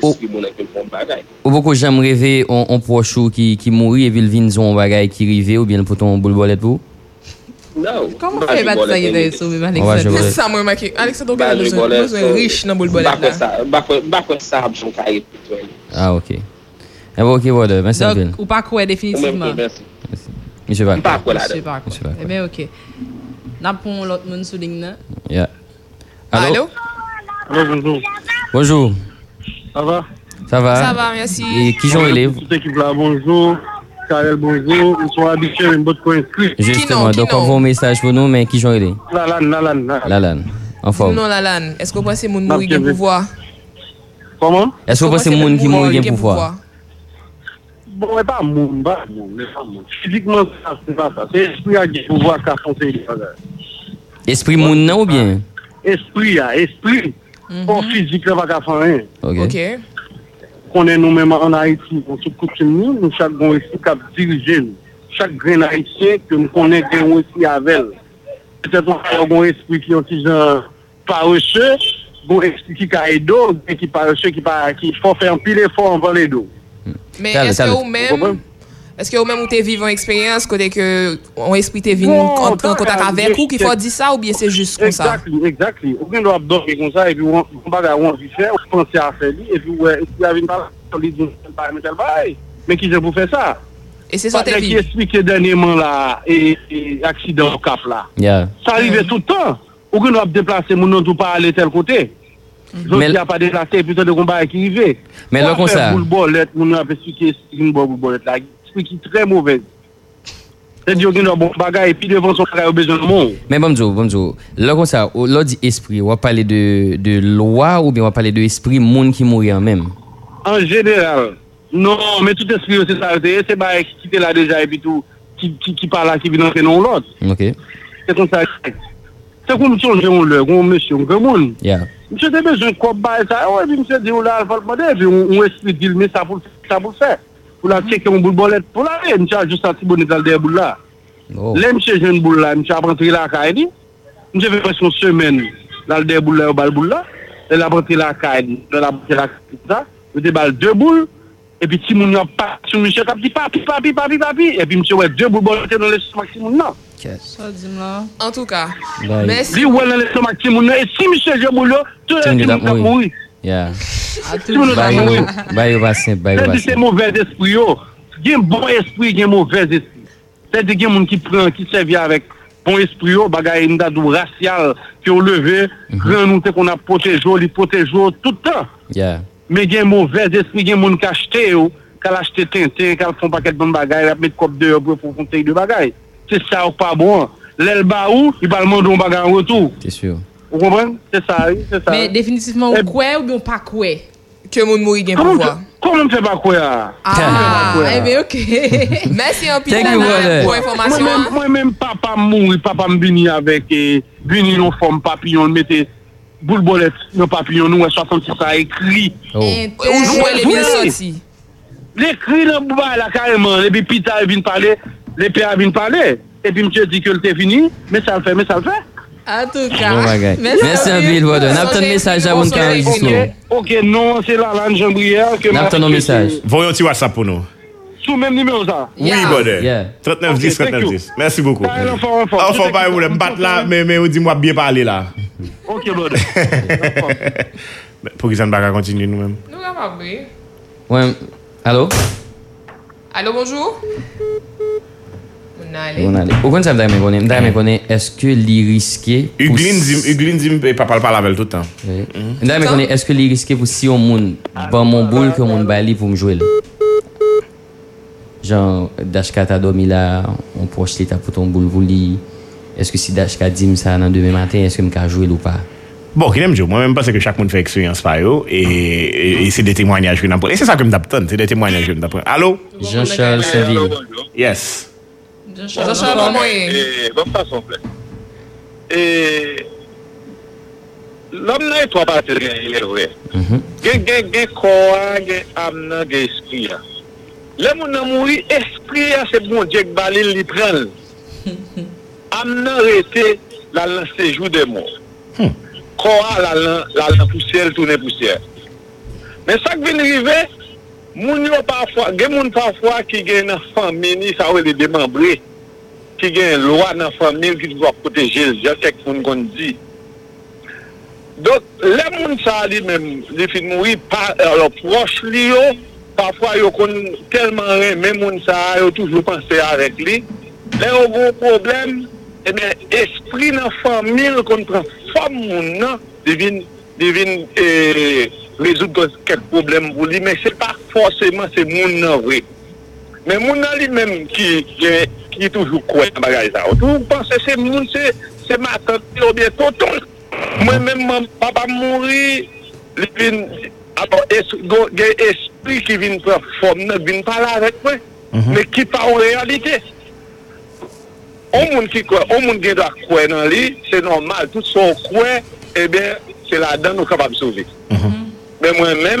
ou beaucoup j'aime rêver on on proche qui qui mourir et vil vinn son bagage qui rivé ou bien pour ton boule bolette pour non comment fait battre ça qui est sauvé Alexandre c'est ça moi marqué Alexandre a besoin riche dans boule bolette là ça ba ba ça son carré ah OK. Eh bon, OK, voilà, merci un peu. Donc, ou pas quoi définitivement. Merci. Monsieur Bac. Pas quoi là. Eh bien, OK. N'a pour l'autre monde sous ligne. Yeah. Allô? Allô, bonjour. Bonjour. Ça va? Ça va? Ça va, merci. Et qui j'en élève? Toute l'équipe là, bonjour. Karel, bonjour. Ils sont habitués à une bonne coïncidence. Justement, donc on voit un message pour nous, mais qui j'en élève? Lalan, Lalan. Lalan. En forme. Non, Lalan. Est-ce que vous pensez que mon mourir gain pouvoir? Comment? Est-ce que vous pensez que mon qui mourir gain pouvoir? Bon, mais pas moun, pas moun, mais pas moun. Physiquement, ça, c'est pas ça. C'est l'esprit à qui pouvoir qu'à foncer les bagages. Esprit moun non ou bien? Esprit, à esprit. Pas physique, là, pas qu'à faire rien. OK. OK. qu'on est nous-mêmes en Haïti, on se coutume nous, nous chaque bon esprit qui a dirigé nous. Chaque grain haïtien que nous connaissons aussi avec. Peut-être qu'on a un bon esprit qui est un petit genre paresseux, bon esprit qui a aidé, et qui paresseux, qui qui faut faire un pile effort envers les dos. Mais est-ce que vous-même, est-ce que vous-même vous avez vécu une expérience côté que on esprit est venu entrer en contact avec vous, qu'il faut dire ça ou bien c'est juste comme ça? Exactement, exactement. On doit dormir comme ça et puis on va on faire, on pense à faire et puis ouais, il y a une parole, on dit pas mais mais qui c'est pour faire ça? Et c'est ça qui explique dernièrement là et, et accident au Cap là. Yeah. Ça arrive tout le temps. Ou qu'on doit déplacer mon nom tout pas aller tel côté. Donc il n'y a pas déplacé plutôt de combat qui arrive. Mais là comme ça. Boule bolette, mon a expliqué une boule bolette là, qui est très mauvaise. C'est-à-dire qu'il y a bon bagage et puis devant son bagage au besoin de monde. Mais bonjour, bonjour. Là comme ça, là dit esprit, on va parler de de loi ou bien on va parler de esprit monde qui mourit en même. En général. Non, mais tout esprit c'est ça, c'est pas qui était là déjà et puis tout qui qui qui parle là qui vient entrer dans l'autre. OK. C'est comme ça. C'est comme si on joue le grand monsieur un grand monde. Yeah. Monsieur a besoin de quoi ça. Ouais, puis monsieur dit là, il faut demander puis on esprit dit mais ça pour ça pour faire. Pour la checker mon boule bolette pour la monsieur a juste un petit bonnet dans le boule là. Oh. Là monsieur jeune boule là, monsieur a rentré la caille. Monsieur fait presque une semaine dans le boule là au bal boule là. Elle a rentré la caille, elle a rentré la ça, il déballe deux boules. Et puis, si mon n'a pas, si monsieur a dit papi, papi, papi, papi, et puis monsieur a deux boules dans l'estomac, si mon n'a. En tout cas, merci. Lui, ouais, dans l'estomac, si mon n'a, et si monsieur a boule, tout le monde va mourir. Yeah. Tout le monde va mourir. C'est mauvais esprit. Il y a un bon esprit, il y a un mauvais esprit. C'est-à-dire qu'il y a des gens qui prennent, qui servent avec bon esprit, bagaille, une date raciale, qui ont levé, grand nous, qu'on a protégé, les protégé tout le temps. Yeah. Mais il y a un mauvais esprit, il y a des gens qui achètent, qui achètent Tintin, qui font pas quelques bonnes bagailles, qui mettent cop de pour faire une de bagailles. C'est ça ou pas bon. L'elle baou, il va demander un bagage en retour. C'est sûr. Vous comprenez? C'est ça, c'est ça. Mais définitivement, ou quoi ou bien pas quoi? Que mon mourir bien pouvoir. Comment on fait pas quoi? Ah, eh bien, ok. Merci un peu pour l'information. Moi-même, papa mourir, papa me vini avec, vini en forme papillon, le mettait. Boule bolette, nos papillons, nous, soixante-six, ça écrit. Oh. Où jouer les bien sortis? L'écrit, là, là, carrément. Et puis, Pita vient parler, les pères viennent parler. Et puis, monsieur dit que c'est fini, mais ça le fait, mais ça le fait. En tout cas. Oh my God. Merci un peu, Wadon. N'abtons un message à vous, ok, ok, non, c'est là, là, Jean-Brière. N'abtons un message. Voyons un petit WhatsApp pour nous. Sous le même numéro, ça? Oui, Bodé. trente-neuf dix, trente-neuf dix. Merci beaucoup. Enfin, pas vous le battre là, mais dis-moi bien parler là. Ok, Bodé. Pour qu'ils ne pas continuer nous-mêmes. Nous avons oui. Ouais. Allô? Allô, bonjour? On a allé. On a allé. Au contraire, je me connais. Est-ce que les risqué. Huglin dit, papa parle avec tout le temps. Je me connais. Est-ce que les risqué pour si on moun, dans mon boule, que mon bali pour me jouer? Genre, Dashka t'a dormi là, on proche l'état pour ton boule vouli. Est-ce que si Dashka dit ça dans demain matin, est-ce que je peux jouer ou pas? Bon, qui aime jouer. Moi-même, parce que chaque monde fait expérience par eux et, et c'est des témoignages que nous apprenons. Et c'est ça que nous apprenons, c'est des témoignages que nous apprenons. Allô? Jean-Charles Saint-Ville. Yes. Jean-Charles, comment est? Bonne façon, plaît. Et l'homme n'a pas parti de il est vrai. Il y a un corps, il y a un âme, il y a un esprit. Le monde a mouru, esprit, c'est bon Dieu qui va le prendre. Âme n'a été la séjour des morts. Corps la la poussière, tourner poussière. Mais ça qui vient arriver, moun yo parfois, il y a moun parfois qui gagne une famille, ça veut les démembrer, qui gagne une loi dans la famille qui doit protéger les gens, c'est ce qu'on dit. Donc, les moun ça lui-même, les filles mourir par leurs proches li yo, parfois yo kon tellement même moun ça yo toujours penser avec lui. Là au gros problème, eh bien esprit dans famille qu'on prend femme moun nan, devine devine eh, résoudre quelques problèmes pour lui, mais c'est pas forcément c'est moun nan vrai. Mais moun nan lui-même qui qui est toujours quoi dans bagage ça. Vous pensez c'est moun c'est c'est ma tante ou bien tonton. Moi-même mon papa mourir, il alors esprit qui vient prendre forme ne vient pas là avec moi, mais qui pas en réalité. Au monde qui croit, au monde qui doit croire dans lui, c'est normal. Tout ce qu'on croit, eh bien, c'est là-dedans nous sommes capables de sauver. Mais moi-même,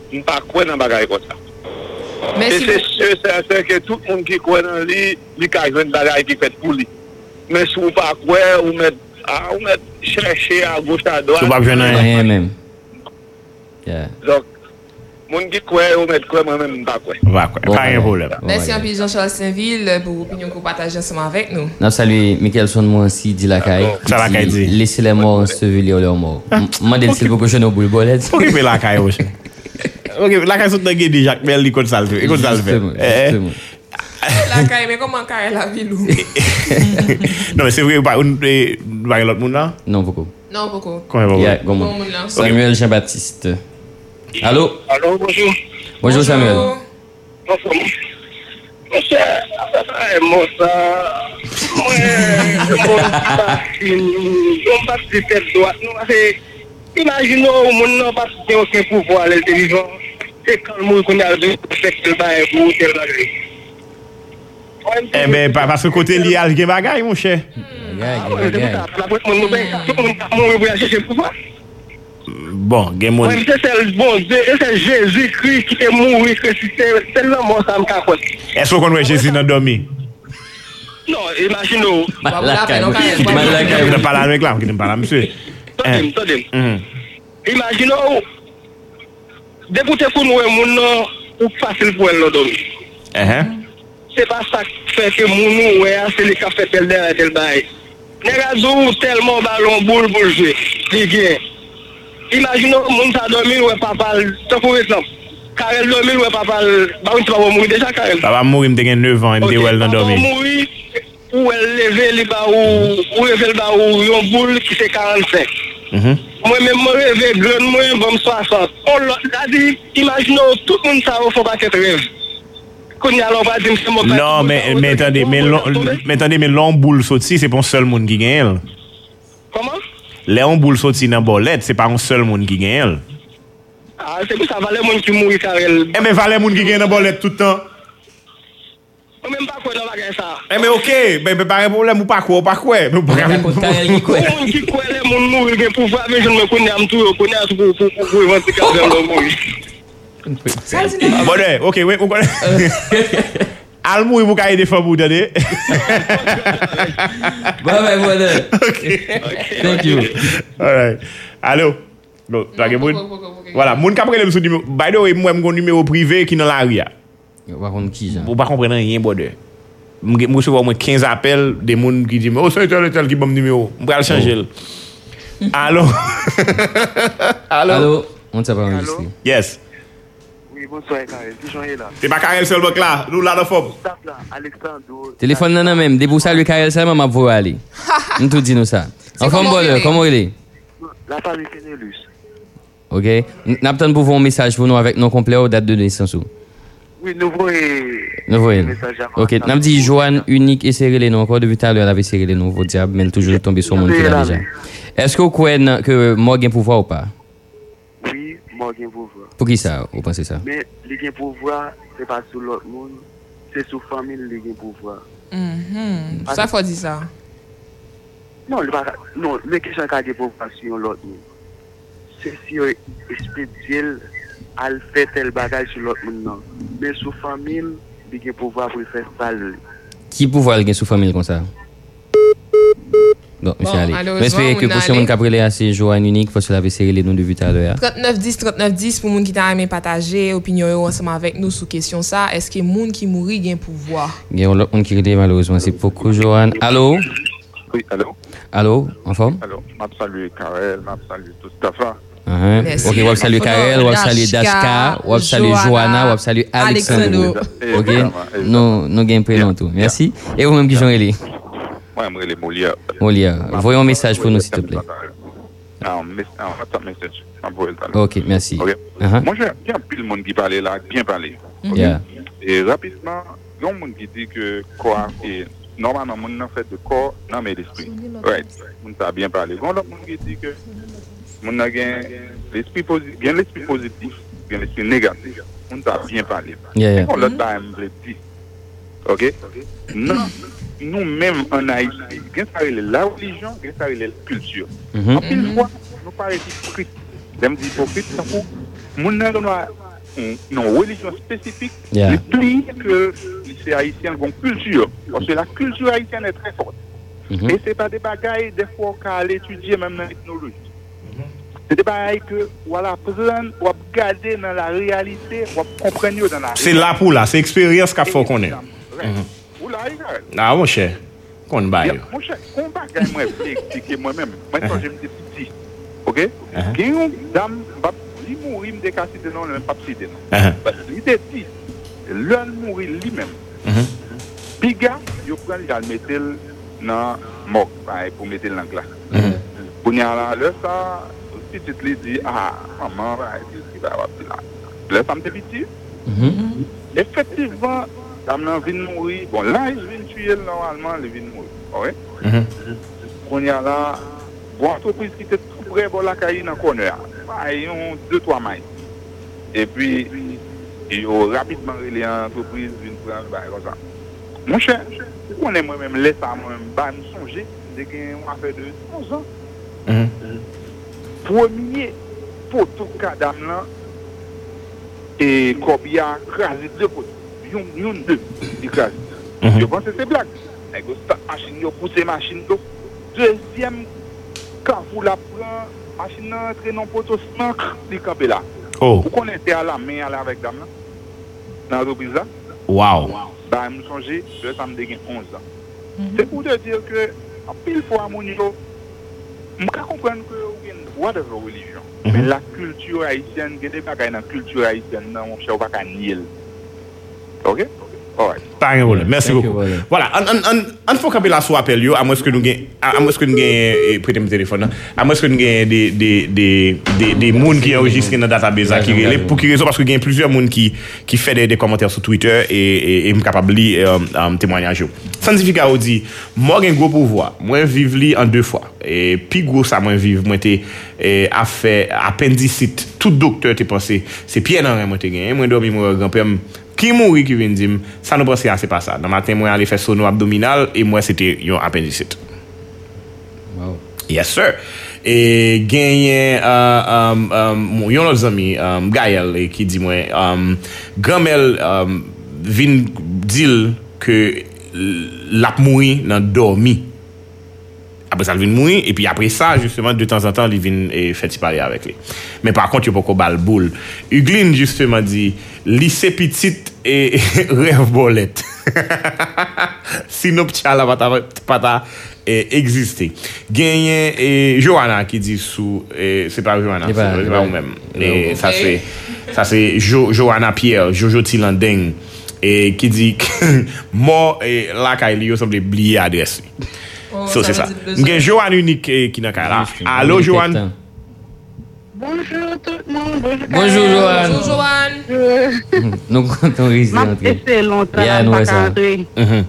ne pas croire dans bagaille comme ça. Mais et si c'est vous... sûr, c'est que tout le monde qui croit dans lui, lui a une bagaille qui fait pour lui. Mais si vous pas croire, vous mettez ah, vous mettez chercher à gauche à droite. Tu vas pas rien même. Yeah. Donc, mon qui croit, vous mettez quoi moi-même pas quoi. Va quoi, pas un problème. Merci un peu Jean-Charles Saint-Ville pour l'opinion que vous partagez ensemble avec nous. Nous saluons Michelson Moansi, dit la caille. Ça la caille dit. Laissez les morts ensevelir leurs morts. Moi, je sais que je ne boule bolette. Pourquoi il fait la caille aussi? Ok, la caille sont dans le Jacques Bell, il compte ça le fait. Il compte ça le fait. La caille, mais comment caille la ville ou? Non, mais c'est vrai, pas l'autre monde là? Non, beaucoup. Non, beaucoup. Comment il va? Samuel Jean-Baptiste. Allô? Allô, bonjour. Bonjour Samuel. Bonjour. Monsieur, moi ça, moi, je passe de tête droite. Imaginez, on n'a pas aucun pouvoir à la télévision. Et quand nous connaissons le fait que le bail est pour tel bagage. Eh bien, parce que côté lié à le bagage, mon cher. Bon, game on. C'est bon Dieu, c'est Jésus-Christ qui est mort, c'est tellement ça me capote. Est-ce qu'on voit Jésus dans dormi? Non, imaginez. Qui ne parle avec là, qui ne parle monsieur. Attendez, attendez. Imaginez, député pour nous, ou facile pour elle dormir. C'est pas ça qui fait que nous, c'est le café tel derrière tel bail. Regardez tellement ballon boule pour jouer. Imaginez, moun sa dormi, ouais papa, tant pour exemple. Karel dormi, ouais papa, bah on va mourir déjà Karel. Papa mourir, il me neuf ans, il me dit ouais dans dormi. Mourir, ou elle lever li ba ou ou lever ba ou yon boule qui c'est quarante-cinq. Moi même moi rêve grand moi bon soixante. On l'a dit, imaginez tout le monde ça faut pas qu'être rêve. Non, mais, mais attendez, mais, mais attendez, mais l'on boule sorti, c'est pas un seul monde qui gagne. Comment? Léon boule sorti dans bolette, c'est pas un seul monde qui gagne. Ah, c'est pour ça valait monde qui mourit Karel. Eh mais valait monde qui gagne dans bolette tout le temps. On même pas quoi dans la ça. Eh mais OK, mais ben, pas de problème ou pas quoi, pas quoi. Mais pas Karel qui quoi. Monde qui quoi les monde mourir que pouvoir mais je me connais am tout, connais tout pour pour pour inventer Karel mourir. Bon, ok, oui, on connaît. Almou, il vous a des femmes, vous entendez? Bon, ben, voilà. Ok. Thank you. All right. Allô? Non, voilà, mon cap relève sur numéro. By the way, moi, j'ai un numéro privé qui est dans la rue. Vous ne comprenez qui, ça? Vous ne comprenez rien, bon. Je reçois au moins quinze appels des gens qui disent oh, c'est tel et tel qui bon numéro. Je vais le changer. Allô? Allô? Allô? On ne sait pas enregistrer. Yes. Bonsoir, Karel. Qui est là? C'est pas Karel seul, là. Nous, là, la forme. Alexandre. Téléphone, non, non, même. Dès que vous saluez Karel, ça, je vais aller. Nous tout dit nous ça. En forme, bon, comment il est? La famille Fénélus. Ok. Nous avons pour vous un message pour nous avec nos complets aux dates de naissance. Oui, nous voyons. Nous voyons. Ok. Nous avons dit Joanne unique et serré les noms. Encore depuis tout à l'heure, elle avait serré les noms. Votre diable, mais toujours tombé sur mon monde qui l'a déjà. Est-ce que vous croyez que moi, j'ai pouvoir ou pas? Oui, moi, j'ai pouvoir. Pour qui ça, vous pensez ça? Mais le pouvoir, ce n'est pas sur l'autre monde, c'est sur la famille le pouvoir. Mm-hmm. Ça, faut dire ça. Non, le non, le question qu'a de pouvoir sur l'autre monde. C'est si on explique à faire tel bagage sur l'autre monde. Mais sur la famille, il a pouvoir pour faire ça. Qui pouvoir le sur la famille comme ça? Bon, monsieur Ali. J'espère que pour ce monde qui a brûlé assez Joanne unique, parce que vous avez serré les noms de tout à l'heure. trente-neuf dix, trente-neuf dix, pour les gens qui t'a aimé partager opinion ensemble avec nous sur question ça. Est-ce que les gens qui mourent ont un pouvoir? Il y a l'autre monde qui est malheureusement. C'est beaucoup, Joanne. Allô? Oui, allô? Allô, en forme? Allô, je salue Karel, je salue tout Stafa. Uh-huh. Ok, on salue Karel, on salue Dashka, on salue Joanna, on salue Alexandre. Ok, nous nous gagnons prénom tout. Merci. Et vous-même qui sont là? Moi, je suis Molière. Molière, voyons un message pour nous, s'il te plaît. Un WhatsApp message. Ok, merci. Okay. Uh-huh. Moi, j'ai un peu de monde qui parle là, bien parler. Okay? Yeah. Et rapidement, il y a un monde qui dit que corps est normalement, on a fait de corps, non mais l'esprit. Right. On a bien parlé. Il y a un autre monde qui dit que on a l'esprit positif, bien l'esprit positif, bien l'esprit négatif. On a bien parlé. Yeah, yeah. On l'a dit. Ok? Non. Nous-mêmes en Haïti, la religion, la culture. En pile fois, nous parlons d'hypocrite. J'aime dire hypocrite, c'est pour nous une religion spécifique, Yeah. les pays que les Haïtiens ont culture. Parce que la culture haïtienne est très forte. Mhm. Et ce n'est pas des bagailles, des fois, qu'à l'étudier même dans l'ethnologie. C'est des bagailles que, voilà, prendre, ou regarder dans la réalité, ou comprendre dans la C'est là pour là, c'est expérience qu'il faut qu'on ait. Ou là, regarde. Ah, mon cher, qu'on baille. Mon cher, qu'on bagaille, moi, je vais expliquer moi-même. Moi, quand j'étais petit, ok? Il y a une dame, qui mourit, je vais citer non, même pas citer non. Il était dit, l'un mourit lui-même. Piga, je prends le mettre dans le moque, pour mettre dans la glace. Pour y aller, là, ça, petit lui dit, ah, maman, il va avoir là. Là, ça me fait petit. Effectivement, dame vient mourir. Bon, là, il vient tuer normalement, il vient mourir. Ok? On y a là, bon, entreprise qui était tout près de la caille dans le corner. Ils ont deux, trois mailles. Et puis, ils ont rapidement relé l'entreprise, une prendre, comme ça. Mon cher, on est moi-même laissé à moi-même, bah, me songer, dès qu'on a fait de onze ans. Premier poteau cadam là, et Kobia crasé deux poteaux. Yon, yon deux, écrasé. Je pense que c'est blague. Et que cette machine, yon pousse machine. Deuxième, quand vous la prenez, machine entre non poteau, smank, il campe là. Oh. Vous connaissez à la main avec dame là? Dans l'entreprise là? Wow. Bah, je me songe, je ça me dégaine onze ans. C'est pour te dire que, en pile fois, mon niveau, je peux comprendre que vous avez une droit de vos religions. Mais la culture haïtienne, il y a des bagages dans la culture haïtienne, non, on ne peut pas nier. Ok? Alright. Pas un problème. Merci beaucoup. Voilà, on faut camper la sous appel yo, à moins que nous gagne à moins que nous gagne prêter mon téléphone, à moins que nous gagne des des des des des monde qui enregistrent dans database qui relève pour qui raison parce que gagne plusieurs monde qui qui fait des, des commentaires sur Twitter et et, et capable lire un témoignage. Scientifique a dit moi gagne gros pouvoir, moi vivre li en deux fois et puis gros ça moi vivre moi té a fait appendicite tout docteur t'es pensé c'est Pierre dans moi té gagne moi dormi moi grand-père qui mourit qui vient dire ça nous pense c'est pas ça dans matin moi aller faire sono abdominal et moi c'était un appendicite. Wow. Yes sir. Et gagné euh um um yon autre ami um Gaël qui dit moi um grand-mère um vinn dire que l'a mouri dans dormi. Après ça, il vient mourir, et puis après ça, justement, de temps en temps, il vient et fait parler avec lui. Mais par contre, il n'y a pas de boule. Huglin, justement, dit, lycée petite et rêve bolette. Sinon, p'tia la pata exister. Gagné, et Johanna qui dit sous, c'est pas Johanna, c'est pas vous-même. Et ça, c'est, ça, c'est jo, Johanna Pierre, Jojo Tilandeng, et qui dit, moi, et là, quand il semble oublier l'adresse. Oh, so, c'est ça. Il y a Joanne unique qui n'a qu'à là. Allô, Joanne? Bonjour tout le monde. Bonjour, Bonjour Joanne. Bonjour Joanne. Nous comptons ici. C'est longtemps à pas rentrer.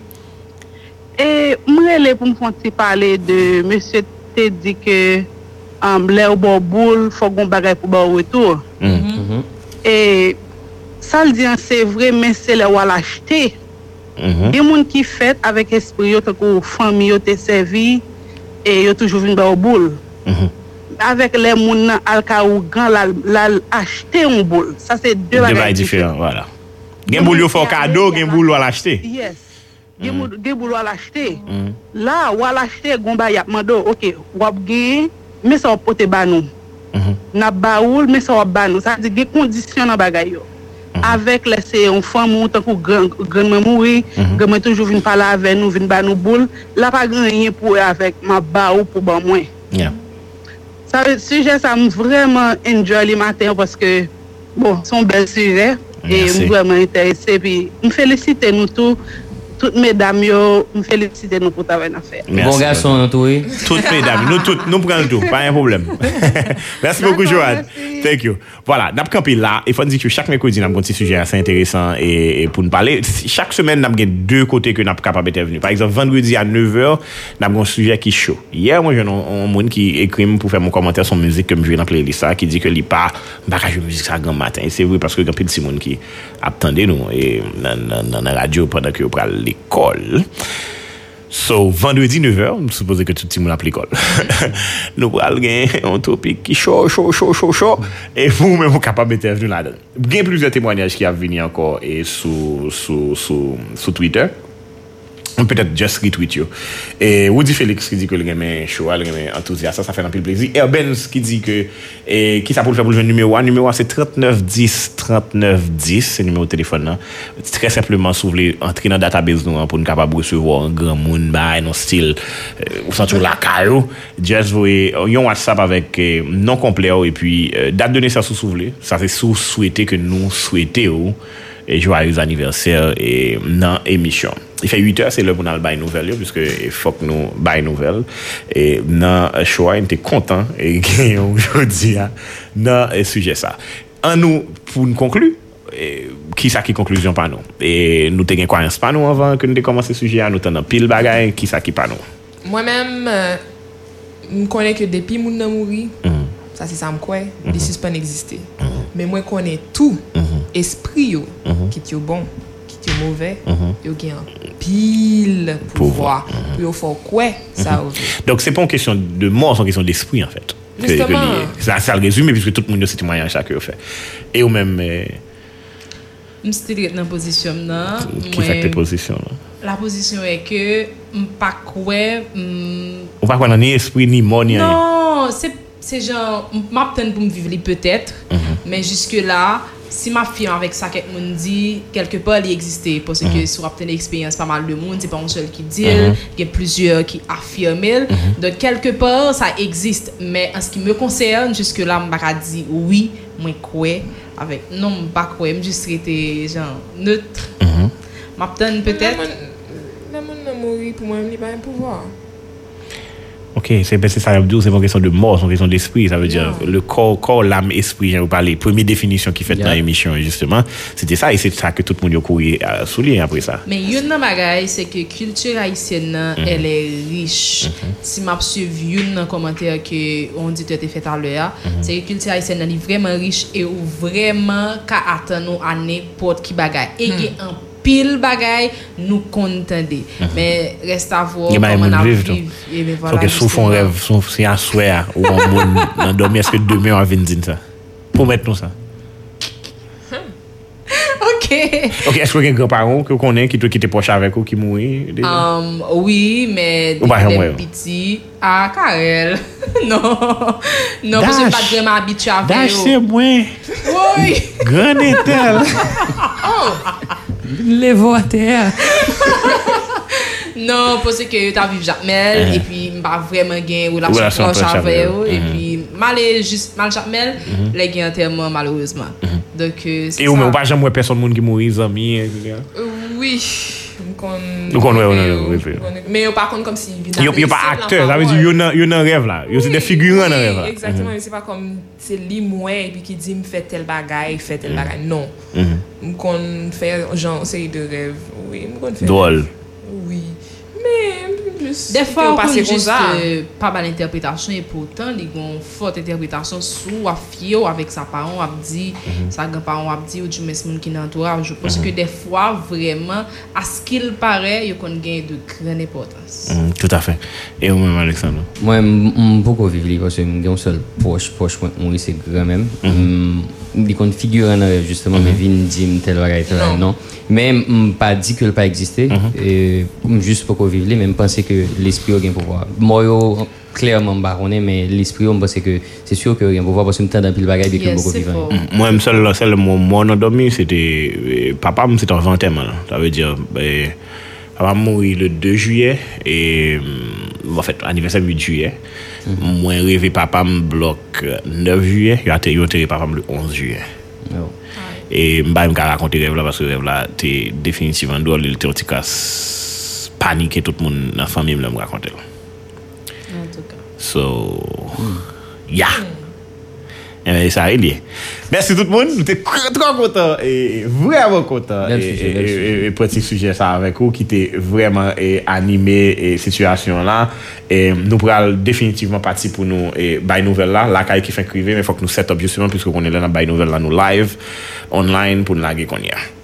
Et moi, je pour me faire parler de monsieur te dit que l'air bon boule, il faut qu'on bagaille pour bon retour. Et ça le dit, c'est vrai, mais c'est le à l'acheter. Il y a des gens qui fait avec esprit, tant que famille te servi et yo toujours vinn ba au boule. Avec les gens alka ou grand la acheter un boule. Ça c'est deux bagages différents, voilà. Gen boule yo fò cadeau, gen boule à l'acheter. Yes. Gen boule à l'acheter. Là, ou à l'acheter gon ba yap mando, OK, ou ap gen mais ça pote ba nou. Na baoul mais ça ba nou. Ça dit gen condition dans bagay yo. Avec les c'est un femme ou tant que grand grand mourir grand toujours vinn parler avec nous vinn ba nous boule là pas rien pour avec ma ba ou pour ban moi yeah. Ça sujet ça me vraiment enjoy le matin parce que bon son bel sujet et vraiment intéressé puis me féliciter nous tous toutes mesdames yo me féliciter nous pour travail à faire. Bon garçon tout oui. Toutes mesdames, nous toutes nous prenons tout, pas un problème. Merci beaucoup Joanne. Thank you. Voilà, n'a campé là, il faut dire que chaque mercredi n'a un petit sujet assez intéressant et, et pour nous parler, chaque semaine n'a deux côtés que n'a capable d'intervenir. Par exemple, vendredi à neuf heures, n'a un sujet qui chaud. Hier moi j'ai un monde qui écrit pour faire mon commentaire sur musique que je joue dans playlist ça qui dit que il pas pas jouer musique ça grand matin. C'est vrai parce que grand petit monde qui attendait nous et dans la radio pendant que on l'école. So, vendredi neuf heures, je suppose que tout le monde a l'école. Nous allons gagner un topic qui chaud, chaud, chaud, chaud, chaud. Et vous-même, vous êtes capable d'intervenir là-dedans. Il y a plusieurs témoignages qui viennent encore et sur, sur, sur, sur Twitter. Peut-être just retweet yo. Et Woody Félix qui dit que le gamin chaud, le gamin enthousiaste, ça, ça fait un peu de plaisir. Et Benz qui dit que, et, qui ça pour le faire pour le numéro un? Numéro un, c'est trente-neuf dix, trente-neuf dix, c'est le numéro de téléphone là. Très simplement, si vous voulez entrer dans le database nous, pour nous capable recevoir un grand monde, bah, non style, euh, ou sentir la caillou, just voyez, un WhatsApp avec euh, nom complet, et puis, euh, date de naissance si vous voulez. Ça, c'est sous souhaiter que nous souhaitons, et joyeux anniversaire, et dans l'émission. Il fait huit heures, c'est l'heure pour nous bailler nouvelle, puisque il faut que nous bailler nouvelle. Et dans le choix, on était content et gagner aujourd'hui dans le sujet ça. En nous, pour nous conclure, qui ça qui conclusion par nous? Et nous t'avons quoi un pas nous avant que nous commencions ce sujet, nous t'avons pile bagaille, qui ça qui par nous? Moi-même, euh, je connais que depuis que je suis mort, ça c'est ça me croit, les suspens existent. Mais moi, je connais tout, esprit qui est bon. Qui est mauvais, il y a un pile pouvoir. Puis il faut quoi ça. Donc c'est pas une question de mort, c'est une question d'esprit en fait. Justement. Ça, ça le résume, puisque tout le monde a ce témoignage que vous fait. Et ou même. Je suis dans la position là. Qui fait tes positions là? La position est que je ne pas quoi. On va pas ni esprit ni mort ni rien. Non, c'est c'est genre je m'attends pour me vivre peut-être, mais jusque là. Si ma fille avec ça quelqu'un me dit quelque part il existait parce que sur obtenir l'expérience pas mal de monde c'est pas un seul qui dit il y a plusieurs qui affirment donc quelque part ça existe mais en ce qui me concerne jusque là je pas dire oui moi quoi avec non pas quoi je juste été genre neutre m'attend peut-être la monde n'a mourir pour moi il pas un pouvoir. Ok, c'est ça, c'est pas une question de mort, c'est une question d'esprit. Ça veut dire yeah. le corps, corps, l'âme, esprit, j'ai parlé. Première définition qui fait yeah. dans l'émission, justement, c'était ça, et c'est ça que tout le monde a couru à souligner après ça. Mais une bagaille, c'est que la culture haïtienne, mm-hmm. elle est riche. Mm-hmm. Si m'a suivi une commentaire que on dit que tu as fait à l'heure, mm-hmm. c'est que la culture haïtienne elle est vraiment riche et vraiment qu'à attendre à n'importe qui bagaille. Et mm. un pile bagaille nous contenter mm-hmm. mais reste à voir comment on a vivre et ben voilà faut que sous fond rêve c'est un souhait ou un monde dans dormir est-ce que demain on va venir dire ça promettre nous ça. OK OK est-ce que quelqu'un grand-parent que connaît qui qui était proche avec ou qui mourit um, oui mais des petits à Karel non non parce que pas vraiment habitué avec Dash c'est moi oui grand étel oh les voix à terre. Non, parce que tu as vu Jacmel uh-huh. et puis pas vraiment gagné relation proche avec eux et puis mal juste mal Jacmel uh-huh. les gain enterrement malheureusement. Uh-huh. Donc euh, c'est et ça. Et on pas jamais personne monde qui mourir amis et oui. Nous connaissons oui oui. Mais par contre comme si il y a pas acteur, ça veut dire il y a il y a un rêve là, il y a des figurants dans rêve là. Exactement, c'est pas comme c'est lui moi et puis qui dit me fait tel bagaille, fait tel bagaille. Non. On qu'on fait genre série de rêves. Oui, on qu'on fait. Drôle. Oui. Mais juste des fois on passe juste euh, pas mal d'interprétation et pourtant il y a une forte interprétation sous affio avec sa parent a dit sa grand-parent a dit ou du même monde qui l'entourage je pense que des fois vraiment à ce qu'il paraît il y a une gain de grande importance. Mm, tout à fait. Et vous même Alexandre? Moi je beaucoup vivre parce que j'ai un seul proche proche moi c'est grand même. Il qu'on figure justement mais vinn dit tel bagage tel non mais pas dit que le pas exister et juste pour vivre même penser que l'esprit a un pouvoir moi clairement baronné mais l'esprit on pense que c'est sûr que un pouvoir parce que temps dans pile bagaille que beaucoup vivant moi même seul seul mon mon endormi c'était papa c'était un vingt-et-un ça veut dire papa mourit le deux juillet et en fait anniversaire huit juillet mm-hmm. moi rêvé papa me bloque neuf juillet il a enterré papa le onze juillet oh. Et m'ba me raconter rêve là parce que rêve là t'es définitivement drôle il était un petit casse paniqué tout le monde dans la famille me raconter en tout cas so mm. yeah et ça est lié. Merci tout le monde, nous sommes trop contents et vraiment contents et petit sujet ça avec vous qui était vraiment animé et situation là et nous pourrons définitivement partir pour nous et by nouvelle là la caille qui fait criver mais il faut que nous set up justement puisque on est là dans by nouvelle là nous live online pour nous laguer qu'on y a.